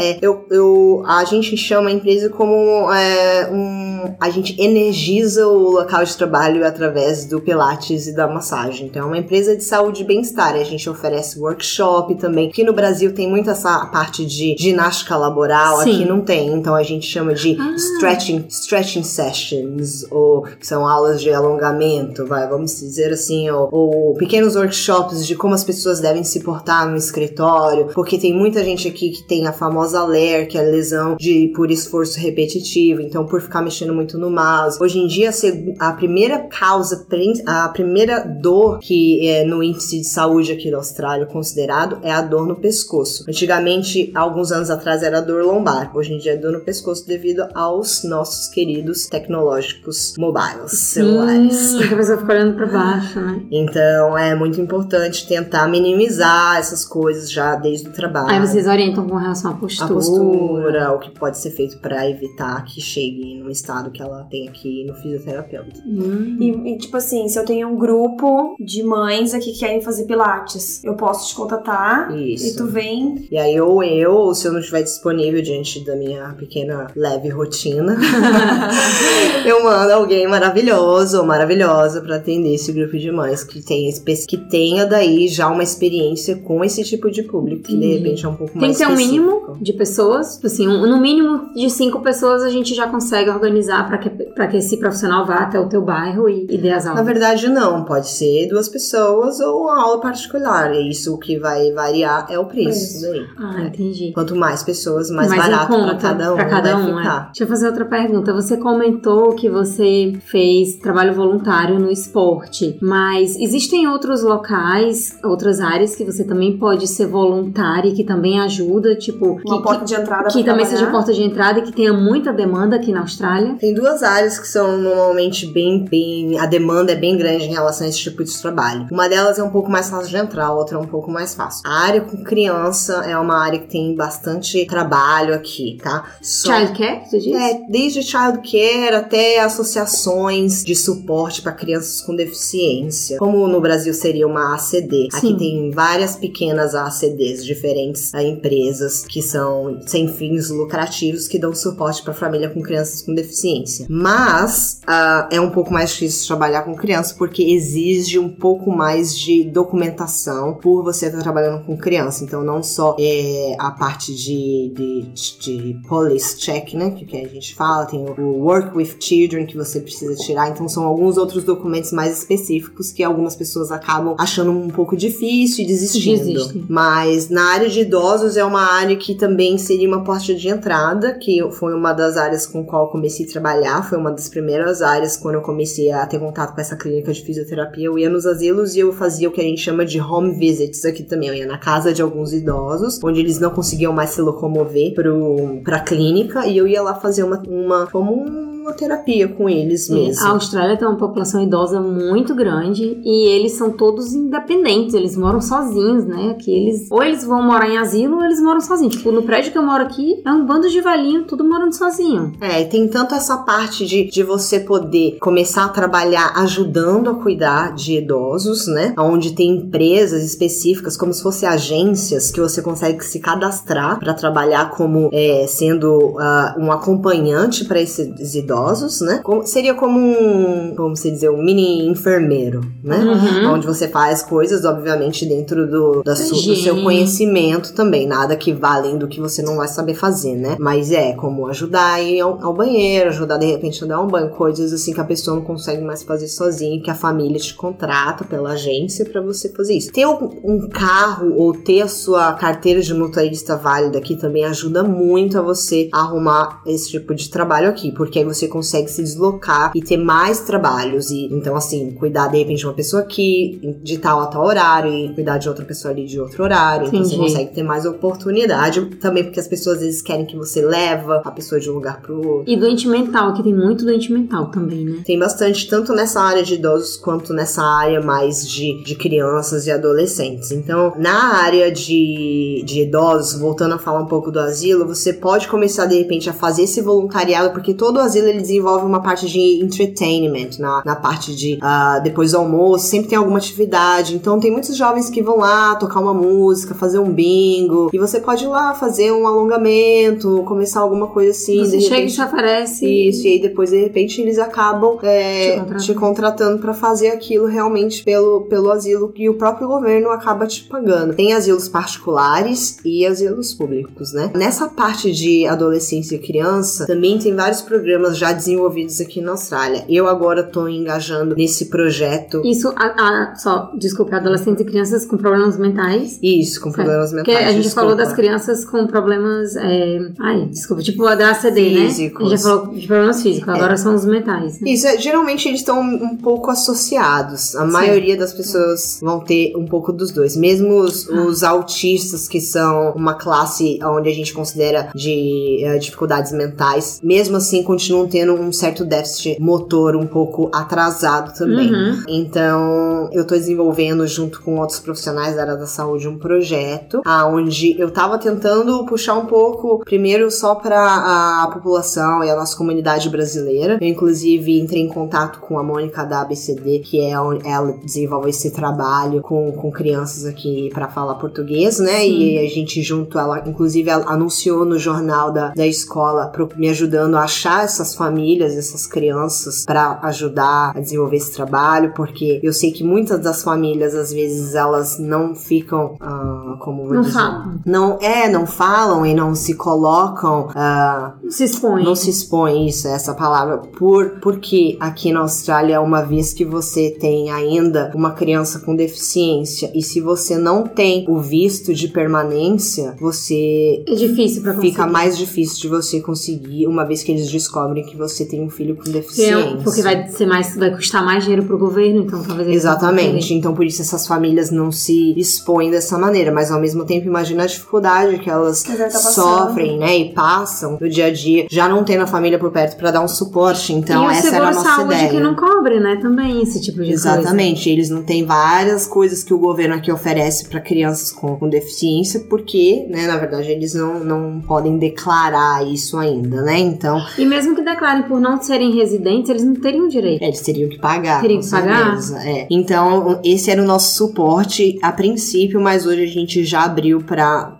A gente chama a empresa como a gente energiza o local de trabalho através do Pilates e da massagem. Então, é uma empresa de saúde e bem-estar. A gente oferece workshop também. Aqui no Brasil tem muito essa parte de ginástica laboral, Sim. aqui não tem. Então, a gente chama de stretching sessions, ou que são aulas de alongamento, vamos dizer assim, ou pequenos workshops de como as pessoas devem se portar no escritório, porque tem muita gente aqui que tem a famosa LER, que é a lesão por esforço repetitivo, então por ficar mexendo muito no mouse. Hoje em dia, a primeira causa, a primeira dor que é no índice de saúde aqui da Austrália considerado é a dor no pescoço. Antigamente, alguns anos atrás, era a dor lombar. Hoje em dia é dor no pescoço devido aos nossos queridos tecnológicos mobiles, celulares. Que a pessoa fica olhando pra baixo, né? Então, é muito importante tentar minimizar essas coisas já desde o trabalho. Aí vocês orientam com relação à postura. A postura, o que pode ser feito para evitar que chegue no estado que ela tem aqui no fisioterapeuta. E tipo assim, se eu tenho um grupo de mães aqui que querem fazer Pilates, eu posso te contatar. Isso. E tu vem. E aí, ou se eu não estiver disponível diante da minha pequena leve rotina, eu mando alguém maravilhoso ou maravilhosa para atender esse grupo de mães que tenha daí já uma experiência com esse tipo de público, que de repente é um pouco mais Tem que ter um específico. mínimo de pessoas, assim, no mínimo de 5 pessoas a gente já consegue organizar pra que esse profissional vá até o teu bairro e dê as aulas. Na verdade, não. Pode ser 2 pessoas ou uma aula particular. E isso, o que vai variar é o preço daí. Ah, entendi. Quanto mais pessoas, mais em barato conta pra cada um. pra cada vai um, ficar. Deixa eu fazer outra pergunta. Você comentou que você fez trabalho voluntário no esporte, mas existem outros locais, outras áreas que você também pode ser voluntário e que também ajuda, tipo... Uma porta de entrada que pra também trabalhar. seja porta de entrada e que tenha muita demanda aqui na Austrália. Tem 2 áreas que são normalmente bem... A demanda é bem grande em relação a esse tipo de trabalho. Uma delas é um pouco mais fácil de entrar, a outra é um pouco mais fácil. A área com criança é uma área que tem bastante trabalho aqui, tá? Childcare, você diz? Desde childcare até associações de suporte para crianças com deficiência. Como no Brasil seria uma ACD. Sim. Aqui tem várias pequenas ACDs, diferentes empresas que são sem fins lucrativos, que dão suporte para família com crianças com deficiência. Mas Mas é um pouco mais difícil trabalhar com criança porque exige um pouco mais de documentação por você estar trabalhando com criança. Então não só a parte de police check, né, que a gente fala, tem o work with children que você precisa tirar, então são alguns outros documentos mais específicos que algumas pessoas acabam achando um pouco difícil e desistindo. Mas na área de idosos é uma área que também seria uma porta de entrada, que foi uma das áreas com a qual eu comecei a trabalhar, foi uma das primeiras áreas quando eu comecei a ter contato com essa clínica de fisioterapia. Eu ia nos asilos e eu fazia o que a gente chama de home visits aqui também. Eu ia na casa de alguns idosos, onde eles não conseguiam mais se locomover pra clínica, e eu ia lá fazer uma terapia com eles mesmo. A Austrália tem uma população idosa muito grande e eles são todos independentes, eles moram sozinhos, né? Que ou eles vão morar em asilo ou eles moram sozinhos. Tipo, no prédio que eu moro aqui, é um bando de velhinho, tudo morando sozinho. E tem tanto essa parte de você poder começar a trabalhar ajudando a cuidar de idosos, né? Onde tem empresas específicas, como se fossem agências, que você consegue se cadastrar para trabalhar como sendo um acompanhante para esses idosos, né? Seria como um mini enfermeiro, né? Onde você faz coisas, obviamente, dentro do seu conhecimento também. Nada que vá além do que você não vai saber fazer, né? Mas como ajudar a ir ao banheiro, ajudar de repente a dar um banho, coisas assim que a pessoa não consegue mais fazer sozinha, que a família te contrata pela agência pra você fazer isso. Ter um carro ou ter a sua carteira de motorista válida aqui também ajuda muito a você arrumar esse tipo de trabalho aqui, porque aí você consegue se deslocar e ter mais trabalhos. E então, assim, cuidar de repente de uma pessoa aqui de tal a tal horário e cuidar de outra pessoa ali de outro horário. Então você consegue ter mais oportunidade. Também porque as pessoas às vezes querem que você leva a pessoa de um lugar pro outro. E doente mental, aqui tem muito doente mental também, né? Tem bastante, tanto nessa área de idosos quanto nessa área mais de crianças e adolescentes. Então, na área de idosos, voltando a falar um pouco do asilo, você pode começar de repente a fazer esse voluntariado, porque todo asilo ele desenvolve uma parte de entertainment, na parte de depois do almoço, sempre tem alguma atividade. Então tem muitos jovens que vão lá tocar uma música, fazer um bingo, e você pode ir lá fazer um alongamento, começar alguma coisa assim. Você chega e se oferece. Isso, e aí depois de repente eles acabam te contratando pra fazer aquilo realmente pelo asilo, e o próprio governo acaba te pagando. Tem asilos particulares e asilos públicos, né? Nessa parte de adolescência e criança, também tem vários programas já desenvolvidos aqui na Austrália. Eu agora tô engajando nesse projeto. Isso, desculpa, adolescentes e crianças com problemas mentais? Isso, com problemas mentais. Porque a gente falou das crianças com problemas, tipo a da ACD, físicos, né? A gente já falou de problemas físicos, agora são os mentais, né? Isso, geralmente eles estão um pouco associados. A maioria das pessoas vão ter um pouco dos dois. Mesmo os autistas, que são uma classe onde a gente considera de dificuldades mentais, mesmo assim continuam tendo um certo déficit motor um pouco atrasado também. Então, eu tô desenvolvendo junto com outros profissionais da área da saúde um projeto onde eu tava tentando puxar um pouco, primeiro só para a população e a nossa comunidade brasileira. Eu, inclusive, entrei em contato com a Mônica da ABCD, que é onde ela desenvolve esse trabalho com crianças aqui para falar português, né? Sim. E a gente junto, ela anunciou no jornal da escola, me ajudando a achar essas famílias, essas crianças, para ajudar a desenvolver esse trabalho, porque eu sei que muitas das famílias, às vezes, elas não ficam, não falam e não se colocam, não se expõem, isso, essa palavra, porque aqui na Austrália, uma vez que você tem ainda uma criança com deficiência, e se você não tem o visto de permanência, é difícil pra conseguir. Fica mais difícil de você conseguir, uma vez que eles descobrem que você tem um filho com deficiência. Porque vai custar mais dinheiro pro governo, então talvez... Exatamente, então por isso essas famílias não se expõem dessa maneira, mas ao mesmo tempo imagina a dificuldade que elas sofrem, né, e passam no dia a dia, já não tendo a família por perto pra dar um suporte, então essa era a nossa ideia. E o seguro-saúde que não cobre, né, também esse tipo de coisa. Exatamente, eles não têm várias coisas que o governo aqui oferece pra crianças com deficiência, porque, né, na verdade eles não podem declarar isso ainda, né, então... E mesmo que declarem por não serem residentes, eles não teriam direito. Eles teriam que pagar. Teriam que pagar? Então, esse era o nosso suporte a princípio, mas hoje a gente já abriu pra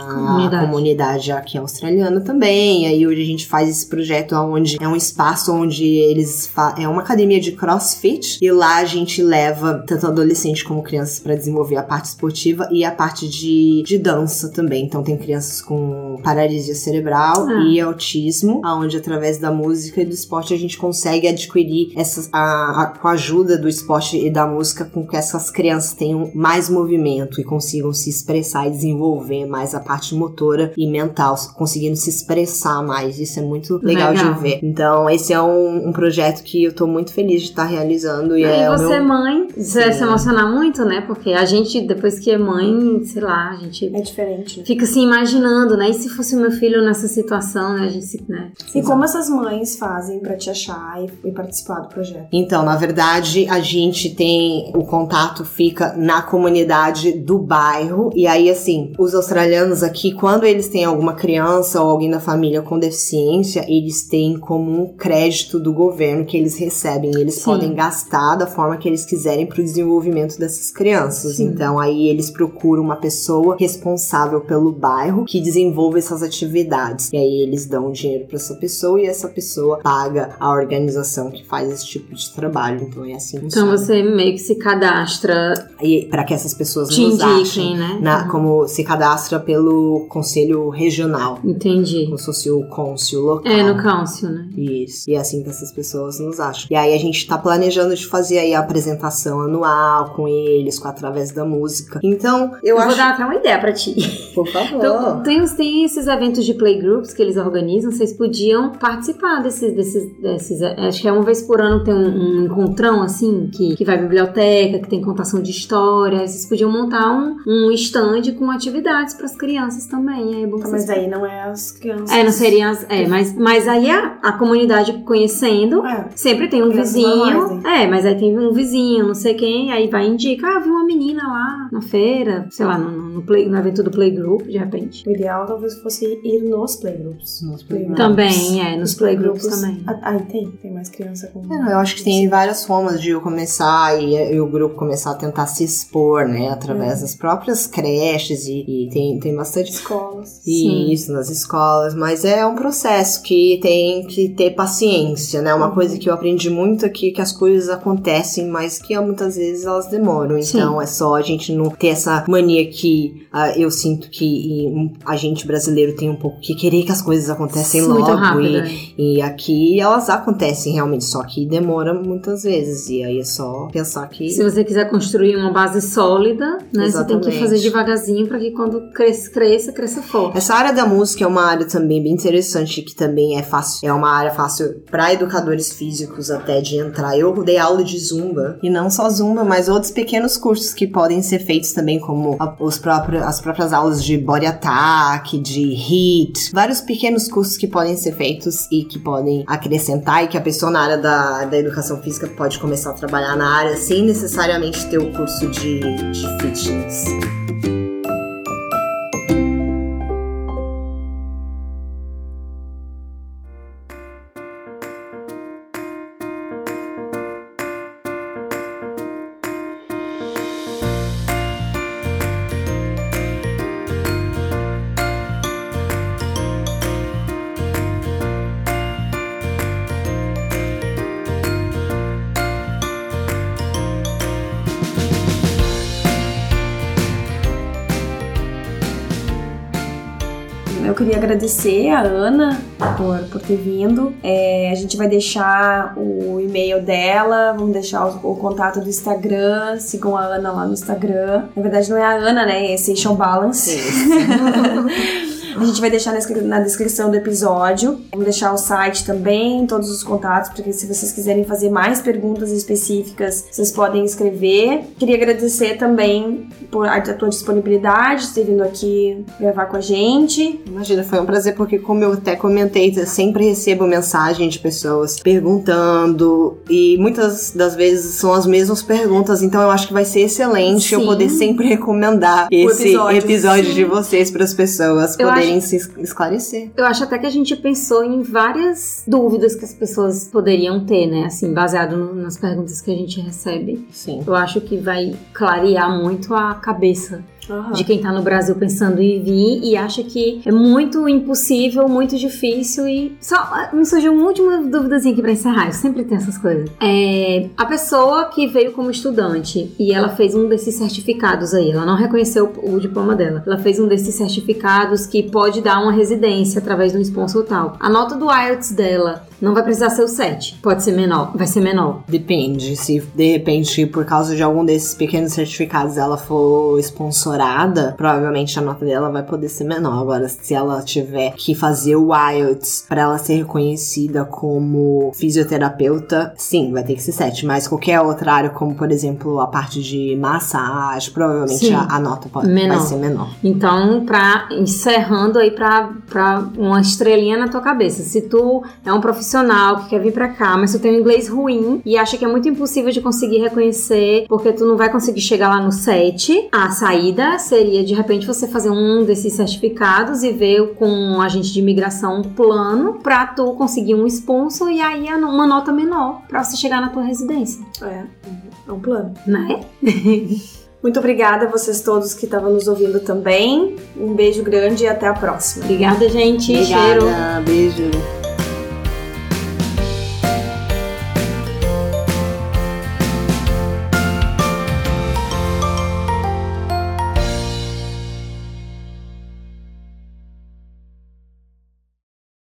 comunidade aqui australiana também. E aí hoje a gente faz esse projeto onde é um espaço onde eles é uma academia de CrossFit, e lá a gente leva tanto adolescente como crianças para desenvolver a parte esportiva e a parte de dança também. Então tem crianças com paralisia cerebral e autismo, onde através da música e do esporte a gente consegue adquirir com a ajuda do esporte e da música, com que essas crianças tenham mais movimento e consigam se expressar e desenvolver mais a parte motora e mental, conseguindo se expressar mais. Isso é muito legal de ver. Então esse é um projeto que eu tô muito feliz de estar realizando. E você mãe, você vai se emocionar muito, né? Porque a gente, depois que é mãe, sei lá, a gente... É diferente, né? Fica assim imaginando, né? E se fosse o meu filho nessa situação, né? A gente né? E como essas mães fazem pra te achar e participar do projeto? Então, na verdade, a gente tem... O contato fica na comunidade do bairro. E aí, assim, os australianos aqui, quando eles têm alguma criança ou alguém da família com deficiência, eles têm como um crédito do governo que eles recebem. Eles podem gastar da forma que eles quiserem pro desenvolvimento dessas crianças. Sim. Então, aí eles procuram uma pessoa responsável pelo bairro que desenvolve essas atividades. E aí eles dão dinheiro pra essa pessoa e essa pessoa paga a organização que faz esse tipo de trabalho. Então é assim que funciona. Então você meio que se cadastra e para que essas pessoas te nos indiquem, achem, né? Como se cadastra pelo conselho regional. Entendi. Como se fosse o cônsul local. No cônsul, né? Isso. E é assim que essas pessoas nos acham. E aí a gente tá planejando de fazer aí a apresentação anual com eles, através da música. Então, eu acho... vou dar até uma ideia pra ti. Por favor. Então, tem esses eventos de playgroups que eles organizam, vocês podiam participar desses acho que é uma vez por ano tem um encontrão, assim, que vai à biblioteca, que tem contação de histórias. Vocês podiam montar um stand com atividades pras crianças também. É bom que mas aí não é as crianças. Não seriam as... mas aí a comunidade conhecendo, sempre tem um vizinho. Normais, né? Mas aí tem um vizinho, não sei quem, aí vai e indica, vi uma menina lá na feira, sei lá, no evento do playgroup, de repente. O ideal talvez fosse ir nos playgroups. Também, nos playgroups também. Tem mais criança com... eu acho que tem várias formas de eu começar e o grupo começar a tentar se expor, né, através das próprias creches e tem bastante... Escolas. Isso, nas escolas, mas é um processo que tem que ter paciência, né, uma coisa que eu aprendi muito aqui, que as coisas acontecem, mas que muitas vezes elas demoram, então é só a gente não ter essa mania que eu sinto que a gente brasileiro tem um pouco que querer que as coisas acontecem logo, muito rápido, e aqui elas acontecem realmente, só que demora muitas vezes, e aí é só pensar que... Se você quiser construir uma base sólida, né, Exatamente. Você tem que fazer devagarzinho para que quando cresça forte. Essa área da música é uma área também bem interessante, que também é fácil, é uma área fácil para educadores físicos até de entrar. Eu dei aula de Zumba, e não só Zumba, mas outros pequenos cursos que podem ser feitos também, como as próprias aulas de body attack, de HIIT, vários pequenos cursos que podem ser feitos e que podem acrescentar, e que a pessoa na área da educação física pode começar a trabalhar na área sem necessariamente ter o curso de fitness. Eu queria agradecer a Ana por ter vindo. A gente vai deixar o e-mail dela, vamos deixar o contato do Instagram, sigam a Ana lá no Instagram. Na verdade não é a Ana, né? É Essential Balance. A gente vai deixar na descrição do episódio. Vamos deixar o site também, todos os contatos, porque se vocês quiserem fazer mais perguntas específicas, vocês podem escrever. Queria agradecer também por a tua disponibilidade, de ter vindo aqui gravar com a gente. Imagina, foi um prazer, porque como eu até comentei, eu sempre recebo mensagem de pessoas perguntando, e muitas das vezes são as mesmas perguntas, então eu acho que vai ser excelente eu poder sempre recomendar esse episódio de vocês para as pessoas poderem podem se esclarecer. Eu acho até que a gente pensou em várias dúvidas que as pessoas poderiam ter, né? Assim, baseado nas perguntas que a gente recebe. Sim. Eu acho que vai clarear muito a cabeça de quem tá no Brasil pensando em vir e acha que é muito impossível, muito difícil e... Só me surgiu uma última duvidazinha aqui pra encerrar, eu sempre tenho essas coisas. A pessoa que veio como estudante e ela fez um desses certificados aí, ela não reconheceu o diploma dela, ela fez um desses certificados que pode dar uma residência através de um sponsor tal. A nota do IELTS dela não vai precisar ser o 7, pode ser menor, vai ser menor. Depende, se de repente por causa de algum desses pequenos certificados ela for sponsorada, provavelmente a nota dela vai poder ser menor. Agora, se ela tiver que fazer o IELTS pra ela ser reconhecida como fisioterapeuta, sim, vai ter que ser 7, mas qualquer outra área, como por exemplo a parte de massagem, provavelmente a nota vai ser menor. Então, encerrando aí pra uma estrelinha na tua cabeça, se tu é um profissional que quer vir pra cá, mas tu tem um inglês ruim e acha que é muito impossível de conseguir reconhecer porque tu não vai conseguir chegar lá no 7, a saída seria, de repente, você fazer um desses certificados e ver com um agente de imigração um plano pra tu conseguir um sponsor e aí uma nota menor pra você chegar na tua residência. É um plano. Né? Muito obrigada a vocês todos que estavam nos ouvindo também. Um beijo grande e até a próxima. Obrigada, gente. Obrigada, Cheiro. Beijo.